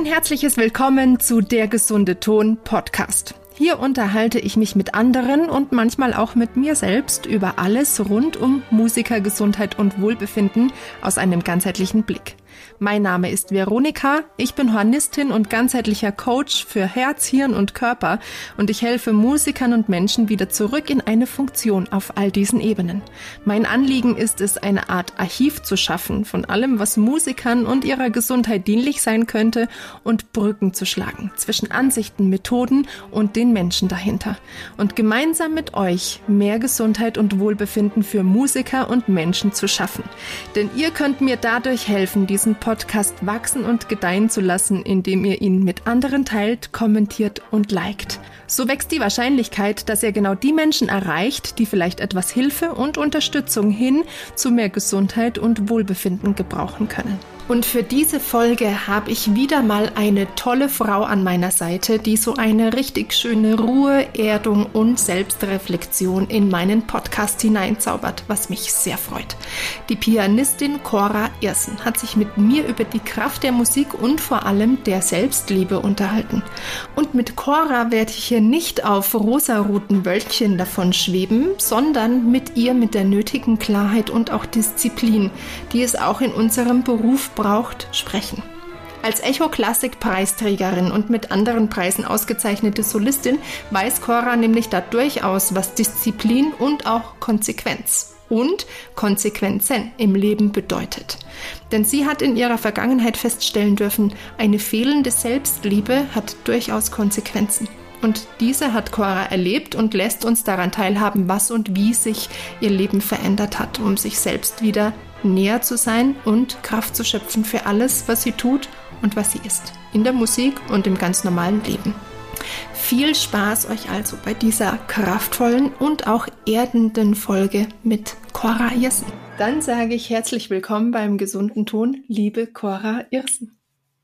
Ein herzliches Willkommen zu Der gesunde Ton Podcast. Hier unterhalte ich mich mit anderen und manchmal auch mit mir selbst über alles rund um Musikergesundheit und Wohlbefinden aus einem ganzheitlichen Blick. Mein Name ist Veronika, ich bin Hornistin und ganzheitlicher Coach für Herz, Hirn und Körper und ich helfe Musikern und Menschen wieder zurück in eine Funktion auf all diesen Ebenen. Mein Anliegen ist es, eine Art Archiv zu schaffen von allem, was Musikern und ihrer Gesundheit dienlich sein könnte und Brücken zu schlagen zwischen Ansichten, Methoden und den Menschen dahinter. Und gemeinsam mit euch mehr Gesundheit und Wohlbefinden für Musiker und Menschen zu schaffen. Denn ihr könnt mir dadurch helfen, diesen Podcast wachsen und gedeihen zu lassen, indem ihr ihn mit anderen teilt, kommentiert und liked. So wächst die Wahrscheinlichkeit, dass ihr genau die Menschen erreicht, die vielleicht etwas Hilfe und Unterstützung hin zu mehr Gesundheit und Wohlbefinden gebrauchen können. Und für diese Folge habe ich wieder mal eine tolle Frau an meiner Seite, die so eine richtig schöne Ruhe, Erdung und Selbstreflexion in meinen Podcast hineinzaubert, was mich sehr freut. Die Pianistin Cora Irsen hat sich mit mir über die Kraft der Musik und vor allem der Selbstliebe unterhalten. Und mit Cora werde ich hier nicht auf rosaroten Wölkchen davon schweben, sondern mit ihr mit der nötigen Klarheit und auch Disziplin, die es auch in unserem Beruf braucht, sprechen. Als Echo-Klassik-Preisträgerin und mit anderen Preisen ausgezeichnete Solistin weiß Cora nämlich da durchaus, was Disziplin und auch Konsequenz und Konsequenzen im Leben bedeutet. Denn sie hat in ihrer Vergangenheit feststellen dürfen, eine fehlende Selbstliebe hat durchaus Konsequenzen. Und diese hat Cora erlebt und lässt uns daran teilhaben, was und wie sich ihr Leben verändert hat, um sich selbst wieder näher zu sein und Kraft zu schöpfen für alles, was sie tut und was sie ist. In der Musik und im ganz normalen Leben. Viel Spaß euch also bei dieser kraftvollen und auch erdenden Folge mit Cora Irsen. Dann sage ich herzlich willkommen beim gesunden Ton, liebe Cora Irsen.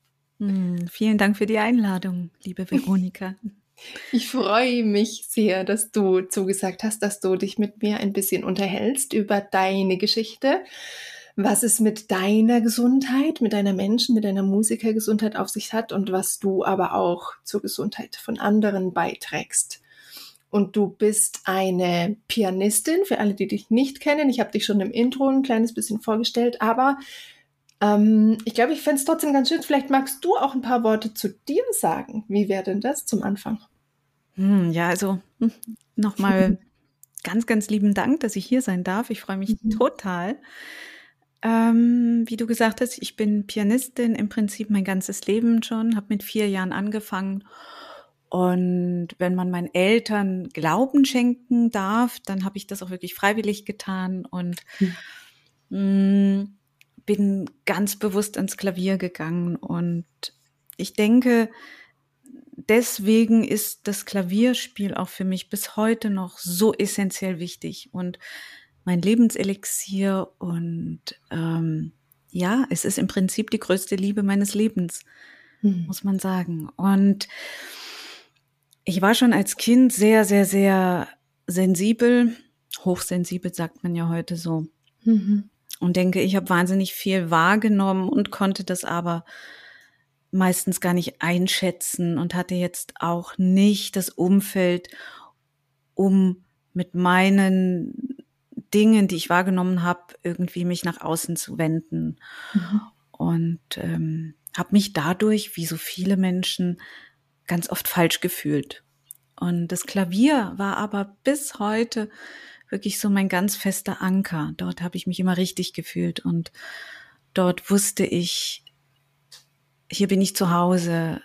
Vielen Dank für die Einladung, liebe Veronika. Ich freue mich sehr, dass du zugesagt hast, dass du dich mit mir ein bisschen unterhältst über deine Geschichte, was es mit deiner Gesundheit, mit deiner mit deiner Musikergesundheit auf sich hat und was du aber auch zur Gesundheit von anderen beiträgst. Und du bist eine Pianistin, für alle, die dich nicht kennen. Ich habe dich schon im Intro ein kleines bisschen vorgestellt, aber ich glaube, ich fände es trotzdem ganz schön. Vielleicht magst du auch ein paar Worte zu dir sagen. Wie wäre denn das zum Anfang? Ja, also nochmal ganz, ganz lieben Dank, dass ich hier sein darf. Ich freue mich total. Wie du gesagt hast, ich bin Pianistin im Prinzip mein ganzes Leben schon, habe mit 4 Jahren angefangen. Und wenn man meinen Eltern Glauben schenken darf, dann habe ich das auch wirklich freiwillig getan und bin ganz bewusst ans Klavier gegangen. Und ich denke, deswegen ist das Klavierspiel auch für mich bis heute noch so essentiell wichtig und mein Lebenselixier und ja, es ist im Prinzip die größte Liebe meines Lebens, muss man sagen. Und ich war schon als Kind sehr, sehr, sehr sensibel, hochsensibel sagt man ja heute so. Und denke, ich habe wahnsinnig viel wahrgenommen und konnte das aber meistens gar nicht einschätzen und hatte jetzt auch nicht das Umfeld, um mit meinen Dingen, die ich wahrgenommen habe, irgendwie mich nach außen zu wenden. Und habe mich dadurch, wie so viele Menschen, ganz oft falsch gefühlt. Und das Klavier war aber bis heute wirklich so mein ganz fester Anker. Dort habe ich mich immer richtig gefühlt und dort wusste ich, hier bin ich zu Hause,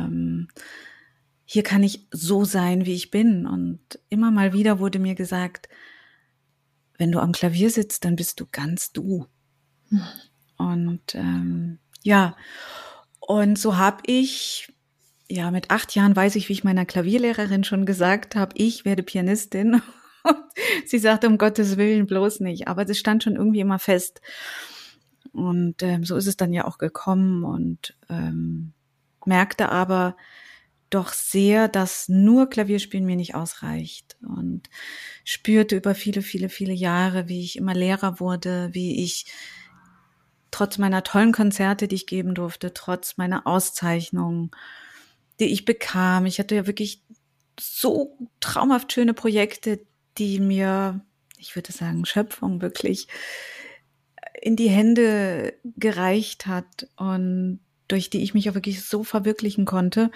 hier kann ich so sein, wie ich bin. Und immer mal wieder wurde mir gesagt, wenn du am Klavier sitzt, dann bist du ganz du. Und ja, und so habe ich, ja, mit 8 Jahren weiß ich, wie ich meiner Klavierlehrerin schon gesagt habe, ich werde Pianistin. Sie sagte, um Gottes Willen bloß nicht. Aber das stand schon irgendwie immer fest. Und so ist es dann ja auch gekommen und merkte aber doch sehr, dass nur Klavierspielen mir nicht ausreicht und spürte über viele, viele, viele Jahre, wie ich immer Lehrer wurde, wie ich trotz meiner tollen Konzerte, die ich geben durfte, trotz meiner Auszeichnungen, die ich bekam. Ich hatte ja wirklich so traumhaft schöne Projekte, die mir, ich würde sagen, Schöpfung wirklich in die Hände gereicht hat und durch die ich mich auch wirklich so verwirklichen konnte.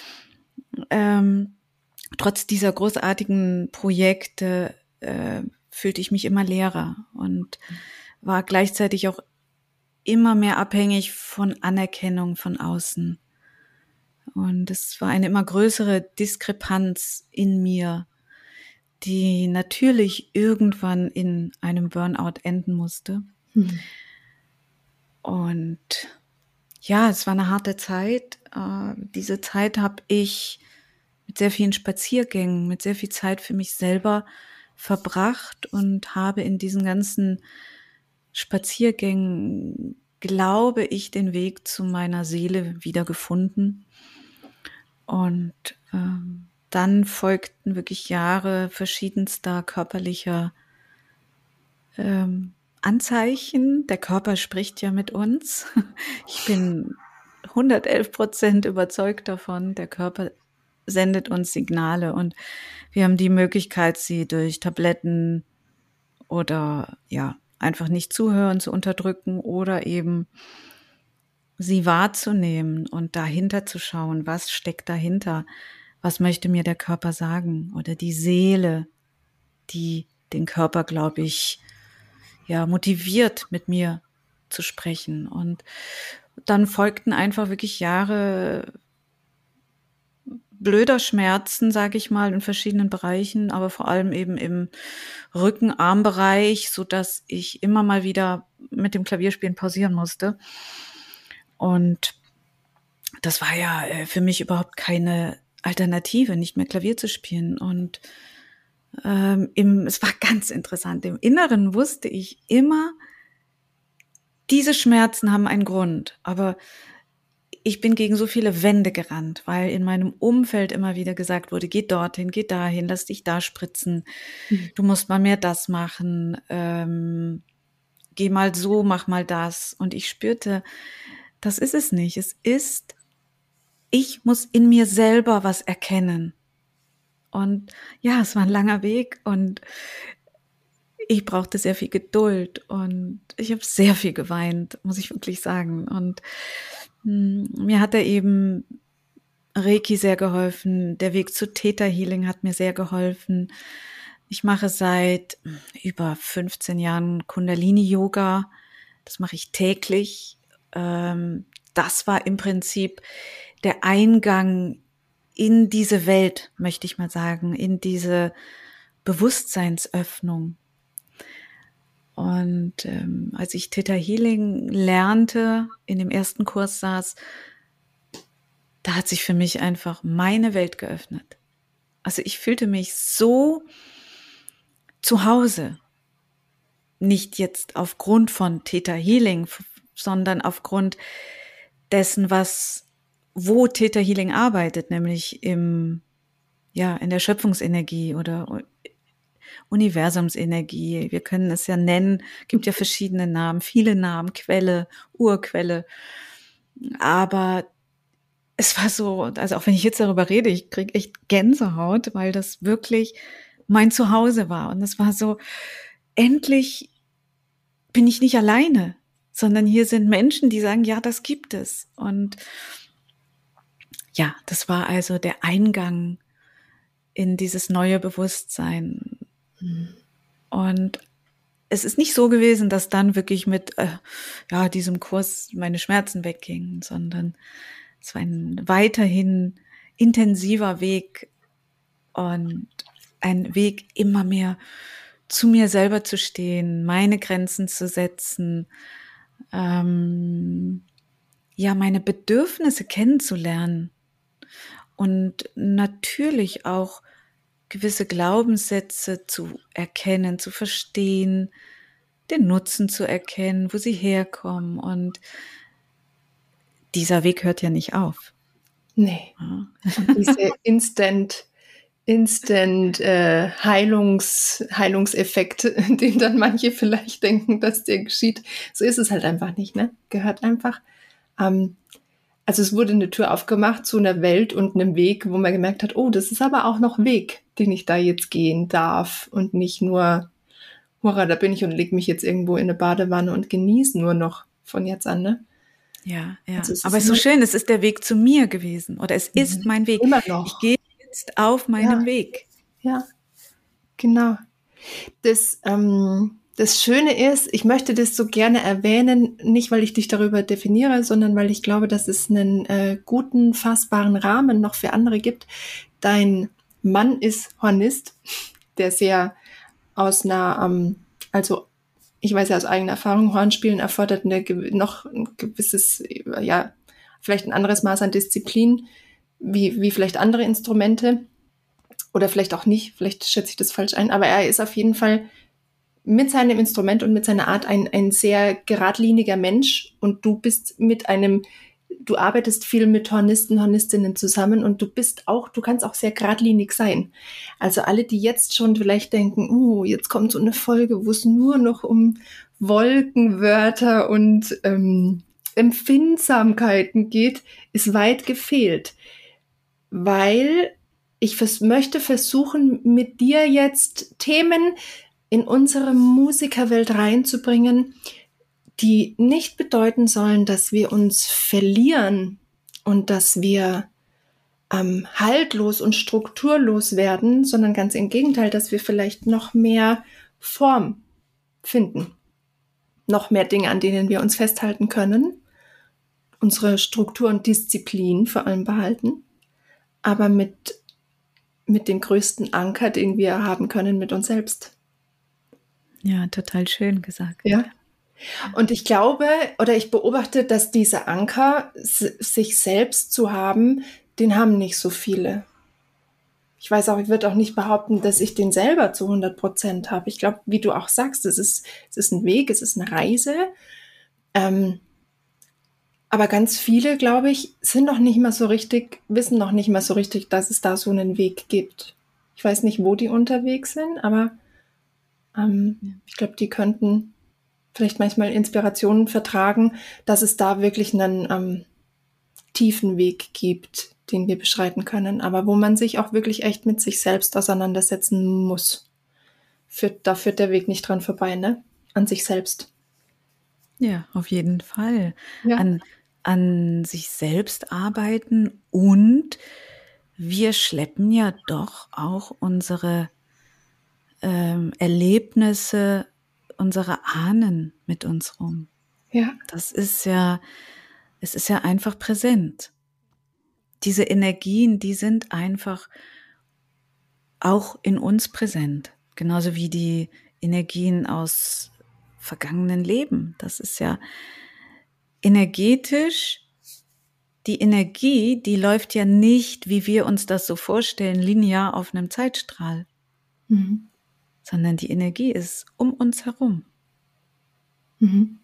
Trotz dieser großartigen Projekte fühlte ich mich immer leerer und war gleichzeitig auch immer mehr abhängig von Anerkennung von außen. Und es war eine immer größere Diskrepanz in mir, die natürlich irgendwann in einem Burnout enden musste. Und ja, es war eine harte Zeit. Diese Zeit habe ich mit sehr vielen Spaziergängen, mit sehr viel Zeit für mich selber verbracht und habe in diesen ganzen Spaziergängen, glaube ich, den Weg zu meiner Seele wiedergefunden. Und dann folgten wirklich Jahre verschiedenster körperlicher Anzeichen. Der Körper spricht ja mit uns. Ich bin 111% überzeugt davon, der Körper sendet uns Signale und wir haben die Möglichkeit, sie durch Tabletten oder ja, einfach nicht zuhören, zu unterdrücken oder eben sie wahrzunehmen und dahinter zu schauen, was steckt dahinter, was möchte mir der Körper sagen oder die Seele, die den Körper, glaube ich, ja, motiviert, mit mir zu sprechen. Und dann folgten einfach wirklich Jahre blöder Schmerzen, sage ich mal, in verschiedenen Bereichen, aber vor allem eben im Rücken-Arm-Bereich, sodass ich immer mal wieder mit dem Klavierspielen pausieren musste. Und das war ja für mich überhaupt keine Alternative, nicht mehr Klavier zu spielen. Und es war ganz interessant. Im Inneren wusste ich immer, diese Schmerzen haben einen Grund. Aber ich bin gegen so viele Wände gerannt, weil in meinem Umfeld immer wieder gesagt wurde, geh dorthin, geh dahin, lass dich da spritzen. Du musst mal mehr das machen. Geh mal so, mach mal das. Und ich spürte, das ist es nicht. Es ist, ich muss in mir selber was erkennen. Und ja, es war ein langer Weg und ich brauchte sehr viel Geduld und ich habe sehr viel geweint, muss ich wirklich sagen. Und mir hat eben Reiki sehr geholfen. Der Weg zu Theta Healing hat mir sehr geholfen. Ich mache seit über 15 Jahren Kundalini-Yoga. Das mache ich täglich. Das war im Prinzip der Eingang in diese Welt, möchte ich mal sagen, in diese Bewusstseinsöffnung. Und als ich Theta Healing lernte, in dem ersten Kurs saß, da hat sich für mich einfach meine Welt geöffnet. Also ich fühlte mich so zu Hause. Nicht jetzt aufgrund von Theta Healing, sondern aufgrund dessen, wo Theta Healing arbeitet, nämlich in der Schöpfungsenergie oder Universumsenergie. Wir können es ja nennen, gibt ja verschiedene Namen, viele Namen, Quelle, Urquelle. Aber es war so, also auch wenn ich jetzt darüber rede, ich kriege echt Gänsehaut, weil das wirklich mein Zuhause war. Und es war so, endlich bin ich nicht alleine, sondern hier sind Menschen, die sagen, ja, das gibt es. Und ja, das war also der Eingang in dieses neue Bewusstsein. Und es ist nicht so gewesen, dass dann wirklich mit diesem Kurs meine Schmerzen weggingen, sondern es war ein weiterhin intensiver Weg und ein Weg, immer mehr zu mir selber zu stehen, meine Grenzen zu setzen, meine Bedürfnisse kennenzulernen und natürlich auch gewisse Glaubenssätze zu erkennen, zu verstehen, den Nutzen zu erkennen, wo sie herkommen. Und dieser Weg hört ja nicht auf. Nee. Ja. Diese Instant Heilungseffekt, den dann manche vielleicht denken, dass der geschieht. So ist es halt einfach nicht, ne? Gehört einfach. Also es wurde eine Tür aufgemacht zu einer Welt und einem Weg, wo man gemerkt hat, oh, das ist aber auch noch Weg, den ich da jetzt gehen darf und nicht nur, hurra, da bin ich und leg mich jetzt irgendwo in eine Badewanne und genieße nur noch von jetzt an, ne? Ja, ja. Also es Aber es ist ist so schön, es ist der Weg zu mir gewesen oder es ist mein Weg. immer Ich noch. gehe jetzt auf meinem Weg. Ja, genau. Das Schöne ist, ich möchte das so gerne erwähnen, nicht weil ich dich darüber definiere, sondern weil ich glaube, dass es einen guten, fassbaren Rahmen noch für andere gibt. Dein Mann ist Hornist, der sehr aus einer, also ich weiß ja aus eigener Erfahrung, Hornspielen erfordert noch ein gewisses, ja, vielleicht ein anderes Maß an Disziplin, wie vielleicht andere Instrumente. Oder vielleicht auch nicht, vielleicht schätze ich das falsch ein, aber er ist auf jeden Fall mit seinem Instrument und mit seiner Art ein sehr geradliniger Mensch und du bist du arbeitest viel mit Hornisten, Hornistinnen zusammen und du kannst auch sehr geradlinig sein. Also alle, die jetzt schon vielleicht denken, jetzt kommt so eine Folge, wo es nur noch um Wolkenwörter und Empfindsamkeiten geht, ist weit gefehlt, weil ich möchte versuchen, mit dir jetzt Themen in unsere Musikerwelt reinzubringen, die nicht bedeuten sollen, dass wir uns verlieren und dass wir haltlos und strukturlos werden, sondern ganz im Gegenteil, dass wir vielleicht noch mehr Form finden, noch mehr Dinge, an denen wir uns festhalten können, unsere Struktur und Disziplin vor allem behalten, aber mit dem größten Anker, den wir haben können, mit uns selbst. Ja, total schön gesagt. Ja. Und ich glaube, oder ich beobachte, dass dieser Anker, sich selbst zu haben, den haben nicht so viele. Ich weiß auch, ich würde auch nicht behaupten, dass ich den selber zu 100% habe. Ich glaube, wie du auch sagst, es ist ein Weg, es ist eine Reise. Aber ganz viele, glaube ich, wissen noch nicht mal so richtig, dass es da so einen Weg gibt. Ich weiß nicht, wo die unterwegs sind, aber ich glaube, die könnten vielleicht manchmal Inspirationen vertragen, dass es da wirklich einen tiefen Weg gibt, den wir beschreiten können, aber wo man sich auch wirklich echt mit sich selbst auseinandersetzen muss. Da führt der Weg nicht dran vorbei, ne? An sich selbst. Ja, auf jeden Fall. Ja. An sich selbst arbeiten und wir schleppen ja doch auch unsere Erlebnisse, unsere Ahnen mit uns rum. Ja. Es ist ja einfach präsent. Diese Energien, die sind einfach auch in uns präsent. Genauso wie die Energien aus vergangenen Leben. Das ist ja energetisch. Die Energie, die läuft ja nicht, wie wir uns das so vorstellen, linear auf einem Zeitstrahl. Mhm. Sondern die Energie ist um uns herum. Mhm.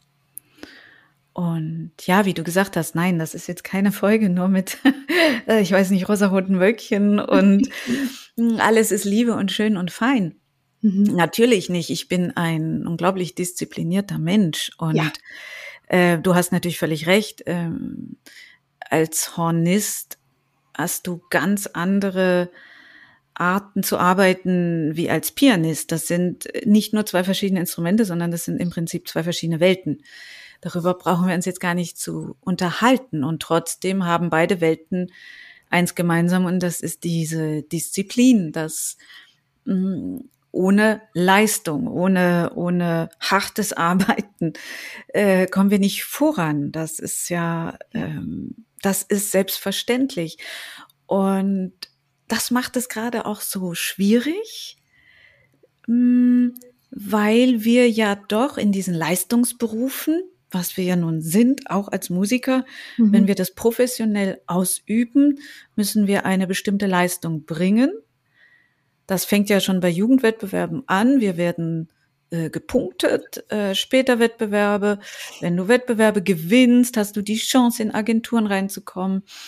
Und ja, wie du gesagt hast, nein, das ist jetzt keine Folge nur mit, ich weiß nicht, rosaroten Wölkchen und alles ist Liebe und schön und fein. Mhm. Natürlich nicht. Ich bin ein unglaublich disziplinierter Mensch und du hast natürlich völlig recht. Als Hornist hast du ganz andere Arten zu arbeiten wie als Pianist. Das sind nicht nur zwei verschiedene Instrumente, sondern das sind im Prinzip zwei verschiedene Welten. Darüber brauchen wir uns jetzt gar nicht zu unterhalten. Und trotzdem haben beide Welten eins gemeinsam und das ist diese Disziplin, das ohne Leistung, ohne hartes Arbeiten kommen wir nicht voran. Das ist ja, das ist selbstverständlich. Und das macht es gerade auch so schwierig, weil wir ja doch in diesen Leistungsberufen, was wir ja nun sind, auch als Musiker, wenn wir das professionell ausüben, müssen wir eine bestimmte Leistung bringen. Das fängt ja schon bei Jugendwettbewerben an. Wir werden gepunktet, später Wettbewerbe. Wenn du Wettbewerbe gewinnst, hast du die Chance, in Agenturen reinzukommen.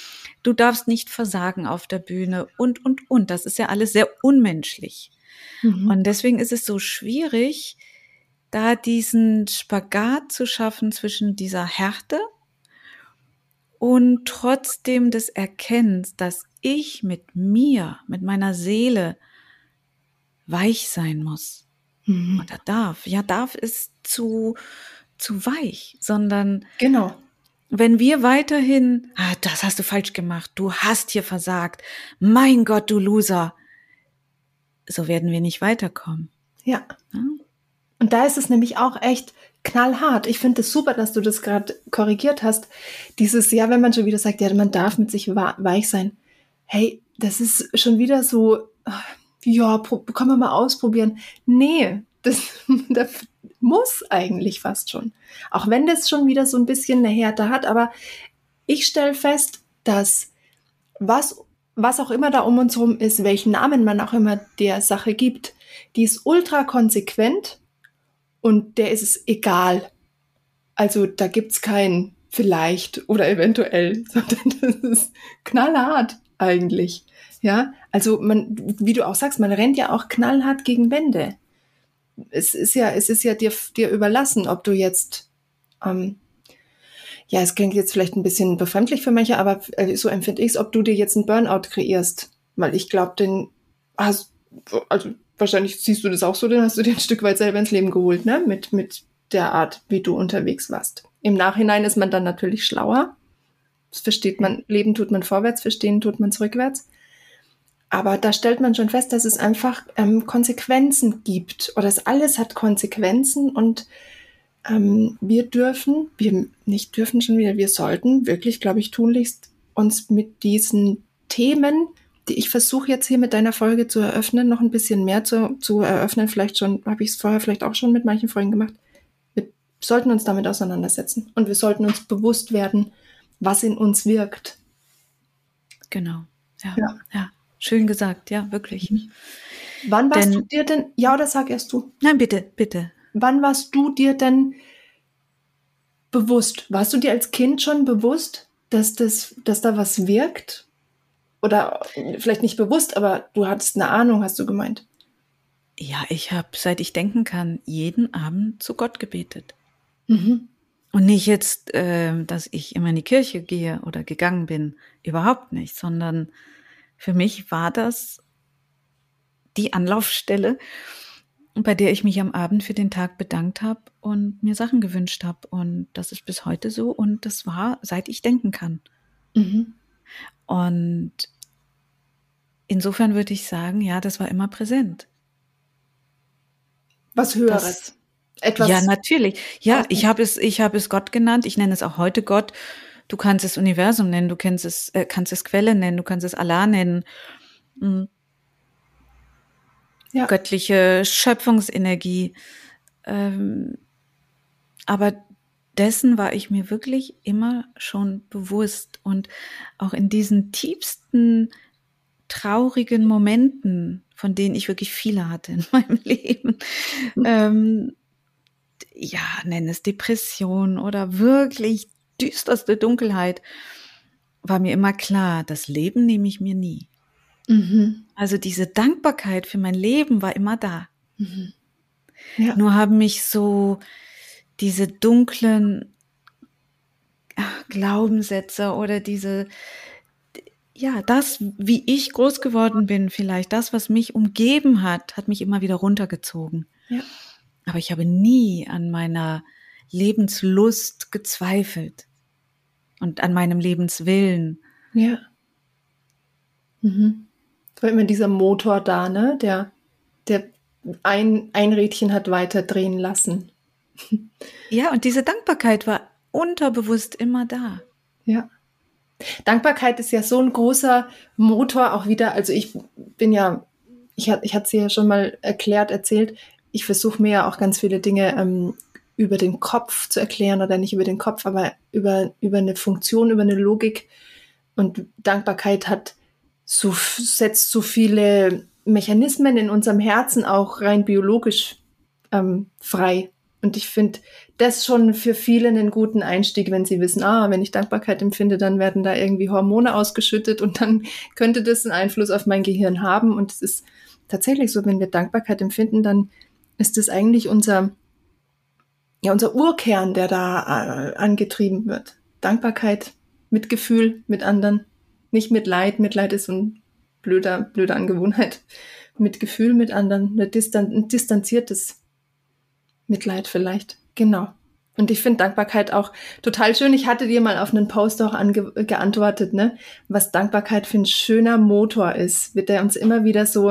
du darfst nicht versagen auf der Bühne und. Das ist ja alles sehr unmenschlich. Und deswegen ist es so schwierig, da diesen Spagat zu schaffen zwischen dieser Härte und trotzdem des Erkennens, dass ich mit mir, mit meiner Seele weich sein muss. Oder darf. Ja, darf ist zu weich, sondern Genau. wenn wir weiterhin, das hast du falsch gemacht, du hast hier versagt, mein Gott, du Loser, so werden wir nicht weiterkommen. Ja. Und da ist es nämlich auch echt knallhart. Ich finde es super, dass du das gerade korrigiert hast. Dieses, ja, wenn man schon wieder sagt, ja, man darf mit sich weich sein. Hey, das ist schon wieder so, ja, kann man mal ausprobieren. Nee, das muss eigentlich fast schon. Auch wenn das schon wieder so ein bisschen eine Härte hat. Aber ich stelle fest, dass was auch immer da um uns herum ist, welchen Namen man auch immer der Sache gibt, die ist ultra konsequent und der ist es egal. Also da gibt's kein vielleicht oder eventuell, sondern das ist knallhart eigentlich. Ja, also wie du auch sagst, man rennt ja auch knallhart gegen Wände. Es ist ja dir überlassen, ob du jetzt, ja, es klingt jetzt vielleicht ein bisschen befremdlich für manche, aber so empfinde ich es, ob du dir jetzt einen Burnout kreierst. Weil ich glaube, also wahrscheinlich siehst du das auch so, dann hast du dir ein Stück weit selber ins Leben geholt, ne? Mit der Art, wie du unterwegs warst. Im Nachhinein ist man dann natürlich schlauer. Das versteht man, leben tut man vorwärts, verstehen tut man rückwärts. Aber da stellt man schon fest, dass es einfach Konsequenzen gibt. Oder das alles hat Konsequenzen und wir sollten wirklich, glaube ich, tunlichst uns mit diesen Themen, die ich versuche jetzt hier mit deiner Folge zu eröffnen, noch ein bisschen mehr zu eröffnen. Vielleicht schon, habe ich es vorher vielleicht auch schon mit manchen Folgen gemacht. Wir sollten uns damit auseinandersetzen und wir sollten uns bewusst werden, was in uns wirkt. Genau, ja. Schön gesagt, ja, wirklich. Wann warst du dir denn, ja, oder sag erst du? Nein, bitte. Wann warst du dir denn bewusst? Warst du dir als Kind schon bewusst, dass da was wirkt? Oder vielleicht nicht bewusst, aber du hattest eine Ahnung, hast du gemeint? Ja, ich habe, seit ich denken kann, jeden Abend zu Gott gebetet. Mhm. Und nicht jetzt, dass ich immer in die Kirche gehe oder gegangen bin, überhaupt nicht, sondern für mich war das die Anlaufstelle, bei der ich mich am Abend für den Tag bedankt habe und mir Sachen gewünscht habe. Und das ist bis heute so und das war, seit ich denken kann. Mhm. Und insofern würde ich sagen, ja, das war immer präsent. Was Höheres. Etwas. Ja, natürlich. Ja, ich habe es Gott genannt. Ich nenne es auch heute Gott. Du kannst es Universum nennen, du kannst es Quelle nennen, du kannst es Allah nennen. Ja. Göttliche Schöpfungsenergie. Aber dessen war ich mir wirklich immer schon bewusst. Und auch in diesen tiefsten, traurigen Momenten, von denen ich wirklich viele hatte in meinem Leben, ja, nenn es Depression oder wirklich düsterste Dunkelheit, war mir immer klar, das Leben nehme ich mir nie. Mhm. Also diese Dankbarkeit für mein Leben war immer da. Mhm. Ja. Nur haben mich so diese dunklen Glaubenssätze oder das, wie ich groß geworden bin, vielleicht das, was mich umgeben hat mich immer wieder runtergezogen. Ja. Aber ich habe nie an meiner Lebenslust gezweifelt und an meinem Lebenswillen. Ja. Mhm. Es war immer dieser Motor da, ne? Der ein Rädchen hat weiter drehen lassen. Ja, und diese Dankbarkeit war unterbewusst immer da. Ja. Dankbarkeit ist ja so ein großer Motor auch wieder. Also ich hatte es ja schon mal erzählt, ich versuche mir ja auch ganz viele Dinge über den Kopf zu erklären oder nicht über den Kopf, aber über eine Funktion, über eine Logik. Und Dankbarkeit setzt so viele Mechanismen in unserem Herzen auch rein biologisch frei. Und ich finde das schon für viele einen guten Einstieg, wenn sie wissen, wenn ich Dankbarkeit empfinde, dann werden da irgendwie Hormone ausgeschüttet und dann könnte das einen Einfluss auf mein Gehirn haben. Und es ist tatsächlich so, wenn wir Dankbarkeit empfinden, dann ist das eigentlich unser Urkern, der da angetrieben wird. Dankbarkeit, Mitgefühl mit anderen, nicht Mitleid. Mitleid ist so ein blöde Angewohnheit. Mitgefühl mit anderen, ein distanziertes Mitleid vielleicht. Genau. Und ich finde Dankbarkeit auch total schön. Ich hatte dir mal auf einen Post auch geantwortet, ne, was Dankbarkeit für ein schöner Motor ist, wird der uns immer wieder so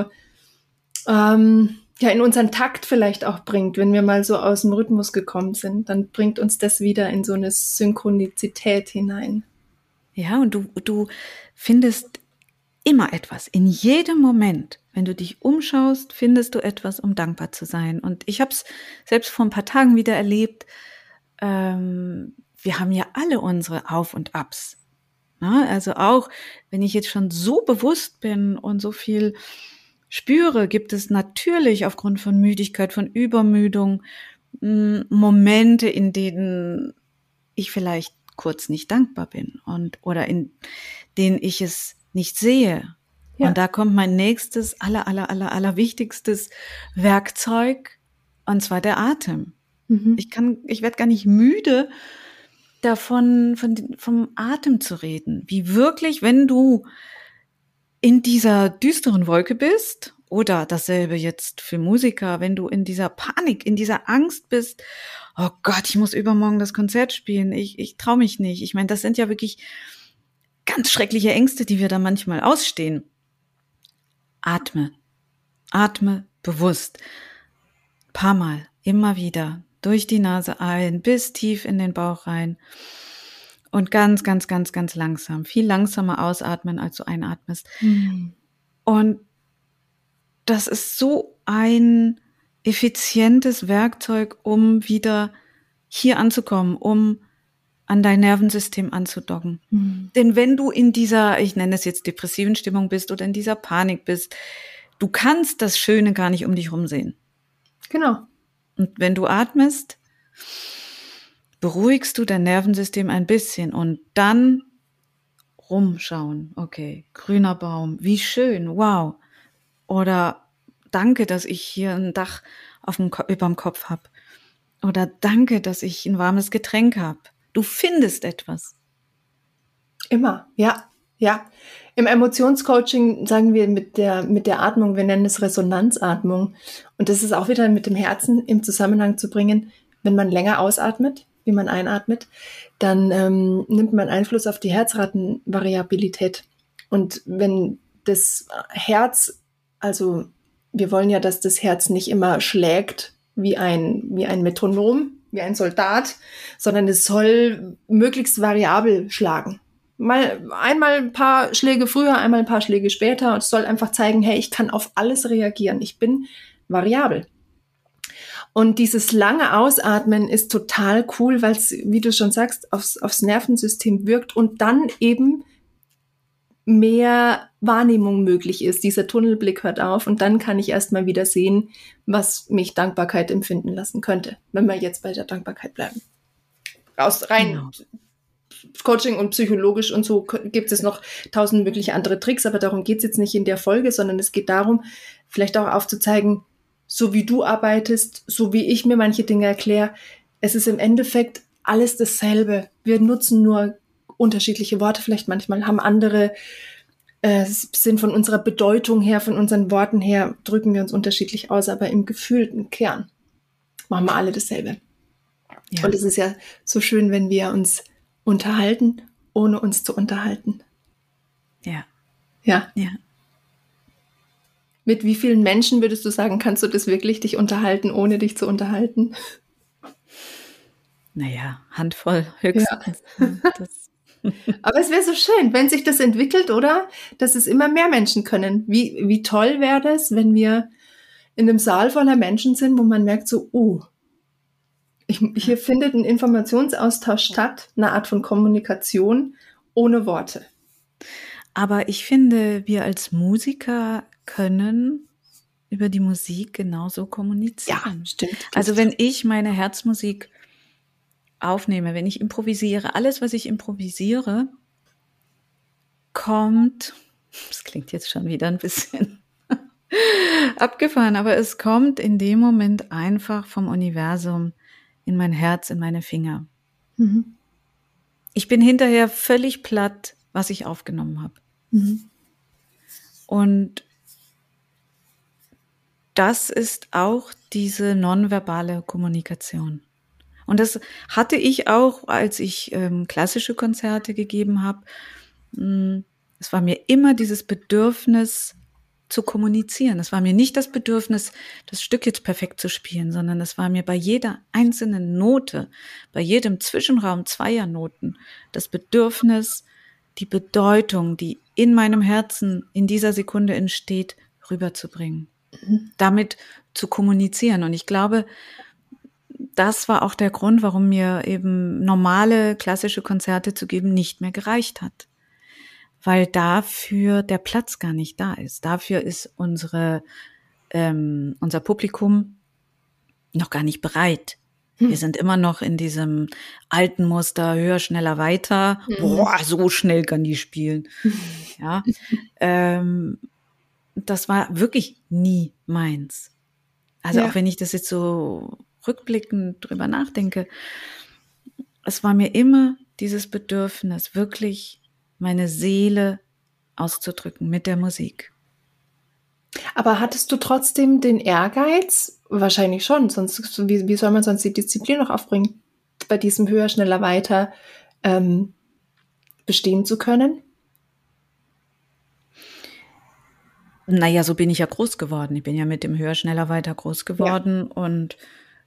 in unseren Takt vielleicht auch bringt, wenn wir mal so aus dem Rhythmus gekommen sind, dann bringt uns das wieder in so eine Synchronizität hinein. Ja, und du findest immer etwas, in jedem Moment. Wenn du dich umschaust, findest du etwas, um dankbar zu sein. Und ich habe es selbst vor ein paar Tagen wieder erlebt. Wir haben ja alle unsere Auf und Abs. Na, also auch, wenn ich jetzt schon so bewusst bin und so viel spüre, gibt es natürlich aufgrund von Müdigkeit, von Übermüdung, Momente, in denen ich vielleicht kurz nicht dankbar bin oder in denen ich es nicht sehe. Ja. Und da kommt mein nächstes, allerwichtigstes Werkzeug, und zwar der Atem. Mhm. Ich werde gar nicht müde, vom Atem zu reden. Wie wirklich, wenn du in dieser düsteren Wolke bist, oder dasselbe jetzt für Musiker, wenn du in dieser Panik, in dieser Angst bist, oh Gott, ich muss übermorgen das Konzert spielen, ich traue mich nicht. Ich meine, das sind ja wirklich ganz schreckliche Ängste, die wir da manchmal ausstehen. Atme bewusst. Ein paar Mal, immer wieder, durch die Nase ein, bis tief in den Bauch rein. Und ganz, ganz, ganz, ganz langsam, viel langsamer ausatmen, als du einatmest. Mhm. Und das ist so ein effizientes Werkzeug, um wieder hier anzukommen, um an dein Nervensystem anzudocken. Mhm. Denn wenn du in dieser, ich nenne es jetzt depressiven Stimmung bist oder in dieser Panik bist, du kannst das Schöne gar nicht um dich herum sehen. Genau. Und wenn du atmest, beruhigst du dein Nervensystem ein bisschen und dann rumschauen. Okay, grüner Baum, wie schön, wow. Oder danke, dass ich hier ein Dach überm Kopf habe. Oder danke, dass ich ein warmes Getränk habe. Du findest etwas. Immer, ja. Im Emotionscoaching sagen wir mit der Atmung, wir nennen es Resonanzatmung. Und das ist auch wieder mit dem Herzen im Zusammenhang zu bringen. Wenn man länger ausatmet, wie man einatmet, dann nimmt man Einfluss auf die Herzratenvariabilität. Und wenn das Herz, also wir wollen ja, dass das Herz nicht immer schlägt wie ein Metronom, wie ein Soldat, sondern es soll möglichst variabel schlagen. Einmal ein paar Schläge früher, einmal ein paar Schläge später. Und es soll einfach zeigen, hey, ich kann auf alles reagieren. Ich bin variabel. Und dieses lange Ausatmen ist total cool, weil es, wie du schon sagst, aufs Nervensystem wirkt und dann eben mehr Wahrnehmung möglich ist. Dieser Tunnelblick hört auf und dann kann ich erstmal wieder sehen, was mich Dankbarkeit empfinden lassen könnte, wenn wir jetzt bei der Dankbarkeit bleiben. Rein Coaching und psychologisch und so gibt es noch 1000 mögliche andere Tricks, aber darum geht es jetzt nicht in der Folge, sondern es geht darum, vielleicht auch aufzuzeigen, so wie du arbeitest, so wie ich mir manche Dinge erkläre, es ist im Endeffekt alles dasselbe. Wir nutzen nur unterschiedliche Worte, vielleicht manchmal haben andere, sind von unserer Bedeutung her, von unseren Worten her, drücken wir uns unterschiedlich aus, aber im gefühlten Kern machen wir alle dasselbe. Ja. Und es ist ja so schön, wenn wir uns unterhalten, ohne uns zu unterhalten. Ja. Mit wie vielen Menschen würdest du sagen, kannst du das wirklich dich unterhalten, ohne dich zu unterhalten? Naja, Handvoll höchstens. Ja. Aber es wäre so schön, wenn sich das entwickelt, oder? Dass es immer mehr Menschen können. Wie toll wäre das, wenn wir in einem Saal voller Menschen sind, wo man merkt so, hier findet ein Informationsaustausch statt, eine Art von Kommunikation ohne Worte. Aber ich finde, wir als Musiker können über die Musik genauso kommunizieren. Ja, stimmt. Also wenn ich meine Herzmusik aufnehme, wenn ich improvisiere, alles, was ich improvisiere, kommt, das klingt jetzt schon wieder ein bisschen abgefahren, aber es kommt in dem Moment einfach vom Universum in mein Herz, in meine Finger. Mhm. Ich bin hinterher völlig platt, was ich aufgenommen habe. Mhm. Und das ist auch diese nonverbale Kommunikation. Und das hatte ich auch, als ich klassische Konzerte gegeben habe. Es war mir immer dieses Bedürfnis zu kommunizieren. Es war mir nicht das Bedürfnis, das Stück jetzt perfekt zu spielen, sondern es war mir bei jeder einzelnen Note, bei jedem Zwischenraum zweier Noten, das Bedürfnis, die Bedeutung, die in meinem Herzen in dieser Sekunde entsteht, rüberzubringen. Damit zu kommunizieren. Und ich glaube, das war auch der Grund, warum mir eben normale klassische Konzerte zu geben nicht mehr gereicht hat. Weil dafür der Platz gar nicht da ist. Dafür ist unser Publikum noch gar nicht bereit. Wir sind immer noch in diesem alten Muster, höher, schneller, weiter. Boah, so schnell kann die spielen. Ja, das war wirklich nie meins. Also auch wenn ich das jetzt so rückblickend drüber nachdenke, es war mir immer dieses Bedürfnis, wirklich meine Seele auszudrücken mit der Musik. Aber hattest du trotzdem den Ehrgeiz? Wahrscheinlich schon, sonst wie soll man sonst die Disziplin noch aufbringen, bei diesem höher, schneller, weiter bestehen zu können? Naja, so bin ich ja groß geworden. Ich bin ja mit dem höher, schneller, weiter groß geworden. Ja. Und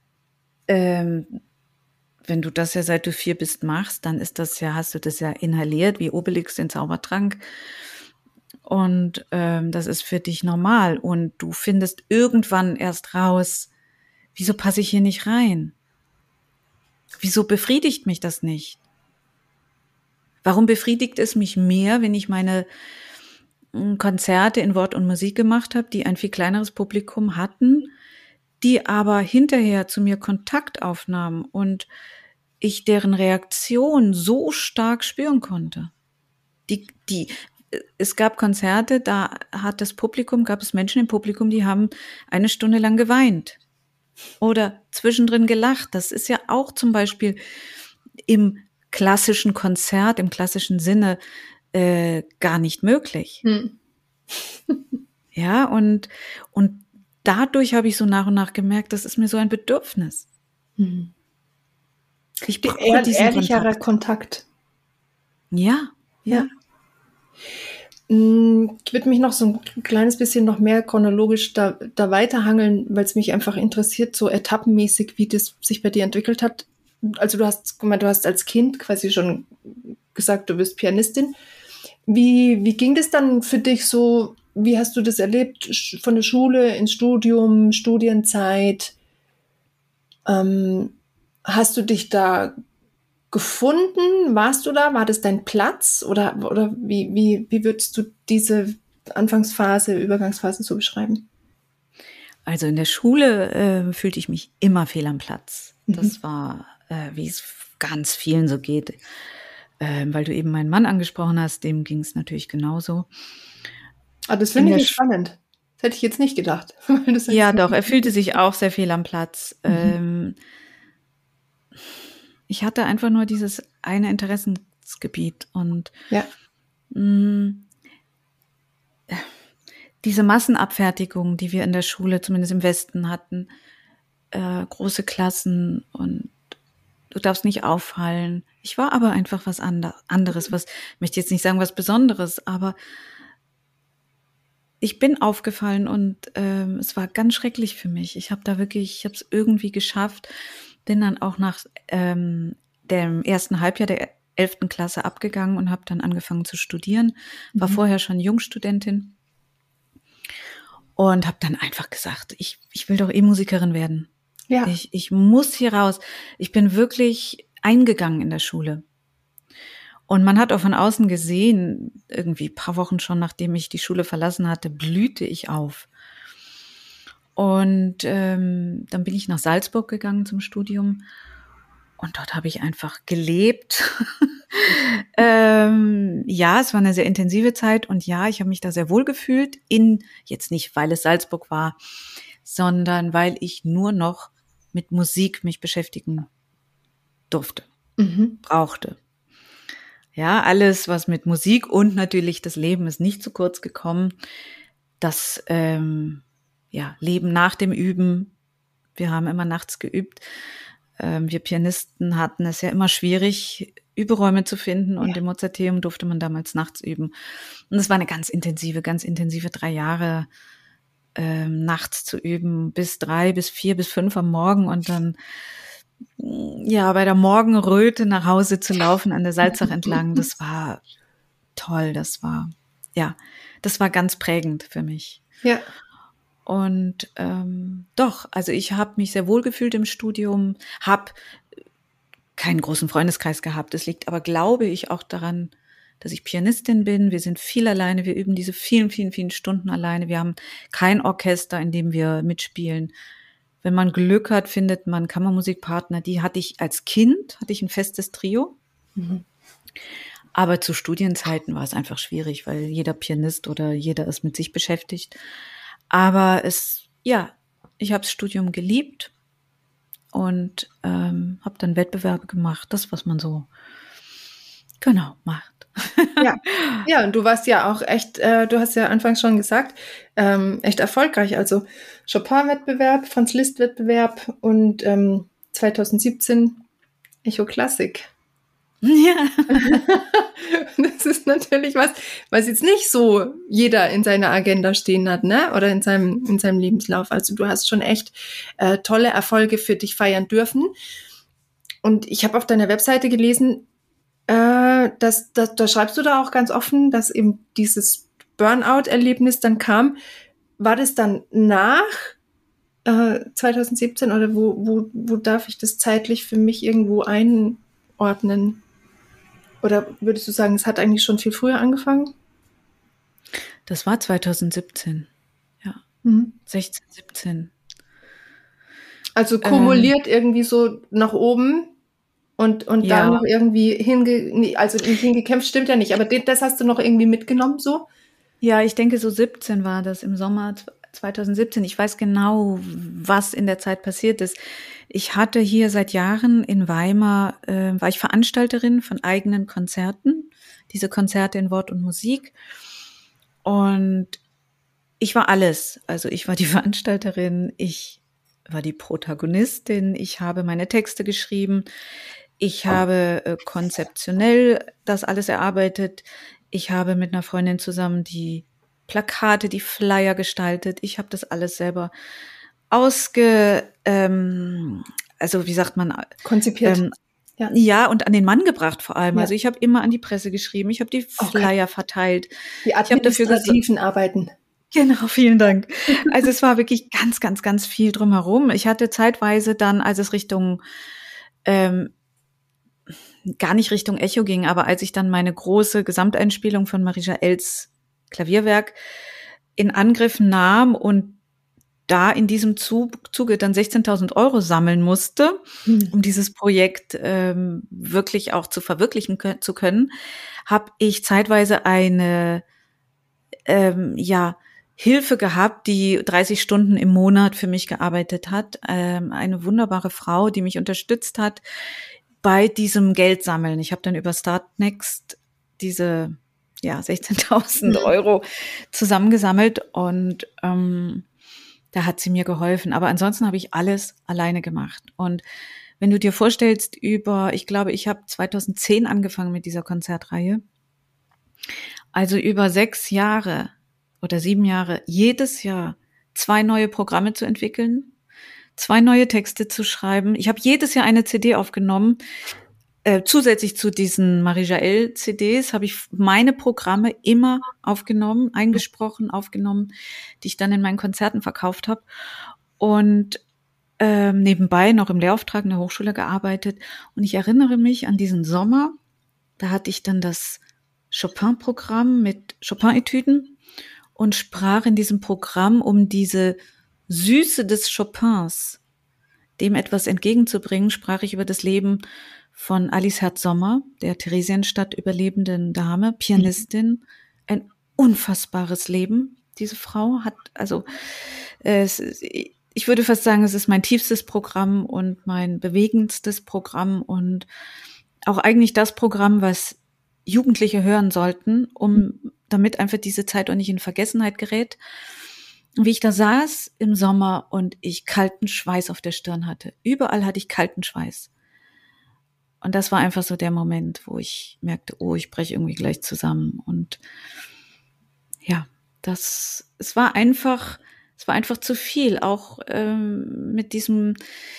wenn du das ja seit du 4 bist machst, dann ist das ja, hast du das ja inhaliert wie Obelix den Zaubertrank. Und das ist für dich normal. Und du findest irgendwann erst raus, wieso passe ich hier nicht rein? Wieso befriedigt mich das nicht? Warum befriedigt es mich mehr, wenn ich meine Konzerte in Wort und Musik gemacht habe, die ein viel kleineres Publikum hatten, die aber hinterher zu mir Kontakt aufnahmen und ich deren Reaktion so stark spüren konnte. Es gab Konzerte, da gab es Menschen im Publikum, die haben 1 Stunde lang geweint oder zwischendrin gelacht. Das ist ja auch zum Beispiel im klassischen Konzert, im klassischen Sinne gar nicht möglich. Ja, und dadurch habe ich so nach und nach gemerkt, das ist mir so ein Bedürfnis. Ich brauche diesen ehrlicherer Kontakt. Ja. Ich würde mich noch so ein kleines bisschen noch mehr chronologisch da weiterhangeln, weil es mich einfach interessiert, so etappenmäßig, wie das sich bei dir entwickelt hat. Also du hast als Kind quasi schon gesagt, du bist Pianistin. Wie ging das dann für dich so? Wie hast du das erlebt? Von der Schule ins Studium, Studienzeit? Hast du dich da gefunden? Warst du da? War das dein Platz? Oder wie würdest du diese Anfangsphase, Übergangsphase so beschreiben? Also in der Schule fühlte ich mich immer fehl am Platz. Das war, wie es ganz vielen so geht. Weil du eben meinen Mann angesprochen hast, dem ging es natürlich genauso. Das finde ich jetzt spannend. Das hätte ich jetzt nicht gedacht. Ja, doch, er fühlte sich auch sehr fehl am Platz. Ich hatte einfach nur dieses eine Interessensgebiet und diese Massenabfertigung, die wir in der Schule, zumindest im Westen hatten, große Klassen und du darfst nicht auffallen. Ich war aber einfach was anderes, ich möchte jetzt nicht sagen was Besonderes, aber ich bin aufgefallen und es war ganz schrecklich für mich. Ich habe es irgendwie geschafft, bin dann auch nach dem ersten Halbjahr der 11. Klasse abgegangen und habe dann angefangen zu studieren. War vorher schon Jungstudentin und habe dann einfach gesagt, ich will doch Musikerin werden. Ja. Ich muss hier raus. Ich bin wirklich eingegangen in der Schule. Und man hat auch von außen gesehen, irgendwie ein paar Wochen schon, nachdem ich die Schule verlassen hatte, blühte ich auf. Und dann bin ich nach Salzburg gegangen zum Studium und dort habe ich einfach gelebt. Ja, es war eine sehr intensive Zeit und ja, ich habe mich da sehr wohl gefühlt, jetzt nicht, weil es Salzburg war, sondern weil ich nur noch mit Musik mich beschäftigen durfte, brauchte. Ja, alles, was mit Musik und natürlich das Leben ist nicht zu kurz gekommen. Das Leben nach dem Üben. Wir haben immer nachts geübt. Wir Pianisten hatten es ja immer schwierig, Überäume zu finden und im Mozarteum durfte man damals nachts üben. Und es war eine ganz intensive 3 Jahre nachts zu üben, bis 3, bis 4, bis 5 am Morgen und dann bei der Morgenröte nach Hause zu laufen an der Salzach entlang. Das war toll, das war ganz prägend für mich. Ja. Und also ich habe mich sehr wohl gefühlt im Studium, habe keinen großen Freundeskreis gehabt. Das liegt aber, glaube ich, auch daran, dass ich Pianistin bin. Wir sind viel alleine, wir üben diese vielen, vielen, vielen Stunden alleine. Wir haben kein Orchester, in dem wir mitspielen. Wenn man Glück hat, findet man Kammermusikpartner. Die hatte ich als Kind, ein festes Trio. Aber zu Studienzeiten war es einfach schwierig, weil jeder Pianist oder jeder ist mit sich beschäftigt. Aber ich habe das Studium geliebt und habe dann Wettbewerbe gemacht, das, was man so macht. Ja, und du warst ja auch echt, du hast ja anfangs schon gesagt, echt erfolgreich. Also Chopin-Wettbewerb, Franz Liszt-Wettbewerb und 2017 Echo Klassik. Ja. Das ist natürlich was jetzt nicht so jeder in seiner Agenda stehen hat, ne? Oder in seinem Lebenslauf. Also du hast schon echt tolle Erfolge für dich feiern dürfen. Und ich habe auf deiner Webseite gelesen, da schreibst du da auch ganz offen, dass eben dieses Burnout-Erlebnis dann kam. War das dann nach 2017 oder wo darf ich das zeitlich für mich irgendwo einordnen? Oder würdest du sagen, es hat eigentlich schon viel früher angefangen? Das war 2017, ja. 16, 17. Also kumuliert irgendwie so nach oben und da noch irgendwie nicht hingekämpft, stimmt ja nicht, aber das hast du noch irgendwie mitgenommen so? Ja, ich denke so 17 war das, im Sommer 2017. Ich weiß genau, was in der Zeit passiert ist. Ich hatte hier seit Jahren in Weimar, war ich Veranstalterin von eigenen Konzerten, diese Konzerte in Wort und Musik. Und ich war alles. Also ich war die Veranstalterin, ich war die Protagonistin, ich habe meine Texte geschrieben, ich habe konzeptionell das alles erarbeitet, ich habe mit einer Freundin zusammen die Plakate, die Flyer gestaltet, ich habe das alles selber konzipiert. Ja, und an den Mann gebracht vor allem. Ja. Also ich habe immer an die Presse geschrieben, ich habe die Flyer verteilt. Die administrativen Arbeiten. Genau, vielen Dank. Also es war wirklich ganz, ganz, ganz viel drumherum. Ich hatte zeitweise dann, als es Richtung, gar nicht Richtung Echo ging, aber als ich dann meine große Gesamteinspielung von Marija Els Klavierwerk in Angriff nahm und da in diesem Zuge dann 16.000 € sammeln musste, um dieses Projekt wirklich auch zu verwirklichen zu können, habe ich zeitweise eine Hilfe gehabt, die 30 Stunden im Monat für mich gearbeitet hat. Eine wunderbare Frau, die mich unterstützt hat bei diesem Geldsammeln. Ich habe dann über Startnext diese 16.000 € zusammengesammelt und da hat sie mir geholfen. Aber ansonsten habe ich alles alleine gemacht. Und wenn du dir vorstellst, ich glaube, ich habe 2010 angefangen mit dieser Konzertreihe. Also über 6 Jahre oder 7 Jahre, jedes Jahr 2 neue Programme zu entwickeln, 2 neue Texte zu schreiben. Ich habe jedes Jahr eine CD aufgenommen. Zusätzlich zu diesen Marija El CDs habe ich meine Programme immer aufgenommen, aufgenommen, die ich dann in meinen Konzerten verkauft habe und nebenbei noch im Lehrauftrag in der Hochschule gearbeitet. Und ich erinnere mich an diesen Sommer, da hatte ich dann das Chopin-Programm mit Chopin-Etüden und sprach in diesem Programm um diese Süße des Chopins, dem etwas entgegenzubringen, sprach ich über das Leben von Alice Herz-Sommer, der Theresienstadt überlebenden Dame, Pianistin, ein unfassbares Leben. Diese Frau hat, also ich würde fast sagen, es ist mein tiefstes Programm und mein bewegendstes Programm und auch eigentlich das Programm, was Jugendliche hören sollten, damit einfach diese Zeit auch nicht in Vergessenheit gerät. Wie ich da saß im Sommer und ich kalten Schweiß auf der Stirn hatte. Überall hatte ich kalten Schweiß. Und das war einfach so der Moment, wo ich merkte, oh, ich breche irgendwie gleich zusammen. Und ja, es war einfach zu viel. Auch mit diesem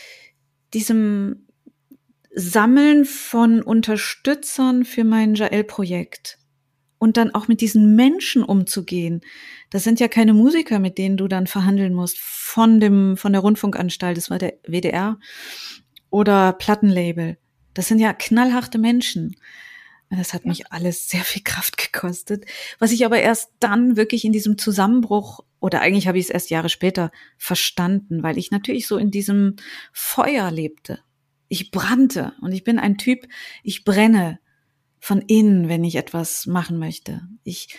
Sammeln von Unterstützern für mein Jael-Projekt. Und dann auch mit diesen Menschen umzugehen. Das sind ja keine Musiker, mit denen du dann verhandeln musst von der Rundfunkanstalt, das war der WDR, oder Plattenlabel. Das sind ja knallharte Menschen. Das hat mich alles sehr viel Kraft gekostet. Was ich aber erst dann wirklich in diesem Zusammenbruch, oder eigentlich habe ich es erst Jahre später verstanden, weil ich natürlich so in diesem Feuer lebte. Ich brannte und ich bin ein Typ, ich brenne von innen, wenn ich etwas machen möchte. Ich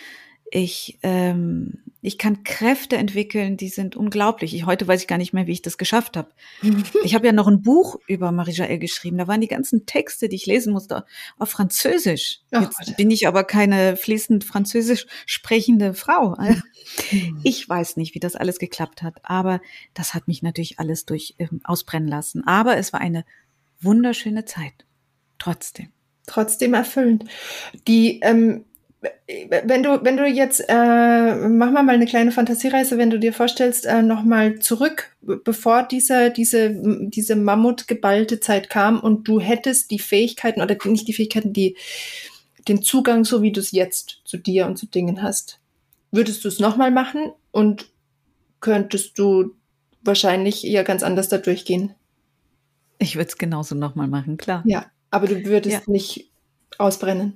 kann Kräfte entwickeln, die sind unglaublich. Heute weiß ich gar nicht mehr, wie ich das geschafft habe. Ich habe ja noch ein Buch über Marie Jael geschrieben. Da waren die ganzen Texte, die ich lesen musste, auf Französisch. Jetzt bin ich aber keine fließend Französisch sprechende Frau. Ich weiß nicht, wie das alles geklappt hat, aber das hat mich natürlich alles ausbrennen lassen. Aber es war eine wunderschöne Zeit. Trotzdem erfüllend. Wenn du jetzt, machen wir mal eine kleine Fantasiereise, wenn du dir vorstellst, nochmal zurück, bevor diese mammutgeballte Zeit kam und du hättest die Fähigkeiten, oder nicht die Fähigkeiten, den Zugang, so wie du es jetzt zu dir und zu Dingen hast. Würdest du es nochmal machen und könntest du wahrscheinlich eher ganz anders da durchgehen? Ich würde es genauso nochmal machen, klar. Ja. Aber du würdest nicht ausbrennen.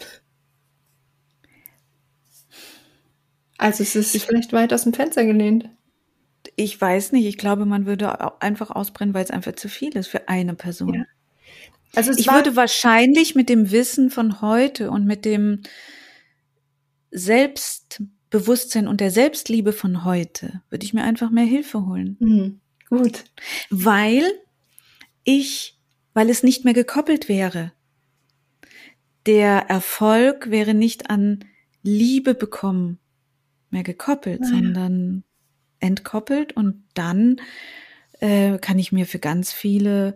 Also es ist vielleicht weit aus dem Fenster gelehnt. Ich weiß nicht. Ich glaube, man würde einfach ausbrennen, weil es einfach zu viel ist für eine Person. Ja. Also ich würde wahrscheinlich mit dem Wissen von heute und mit dem Selbstbewusstsein und der Selbstliebe von heute, würde ich mir einfach mehr Hilfe holen. Gut. Weil es nicht mehr gekoppelt wäre. Der Erfolg wäre nicht an Liebe bekommen mehr gekoppelt, sondern entkoppelt, und dann kann ich mir für ganz viele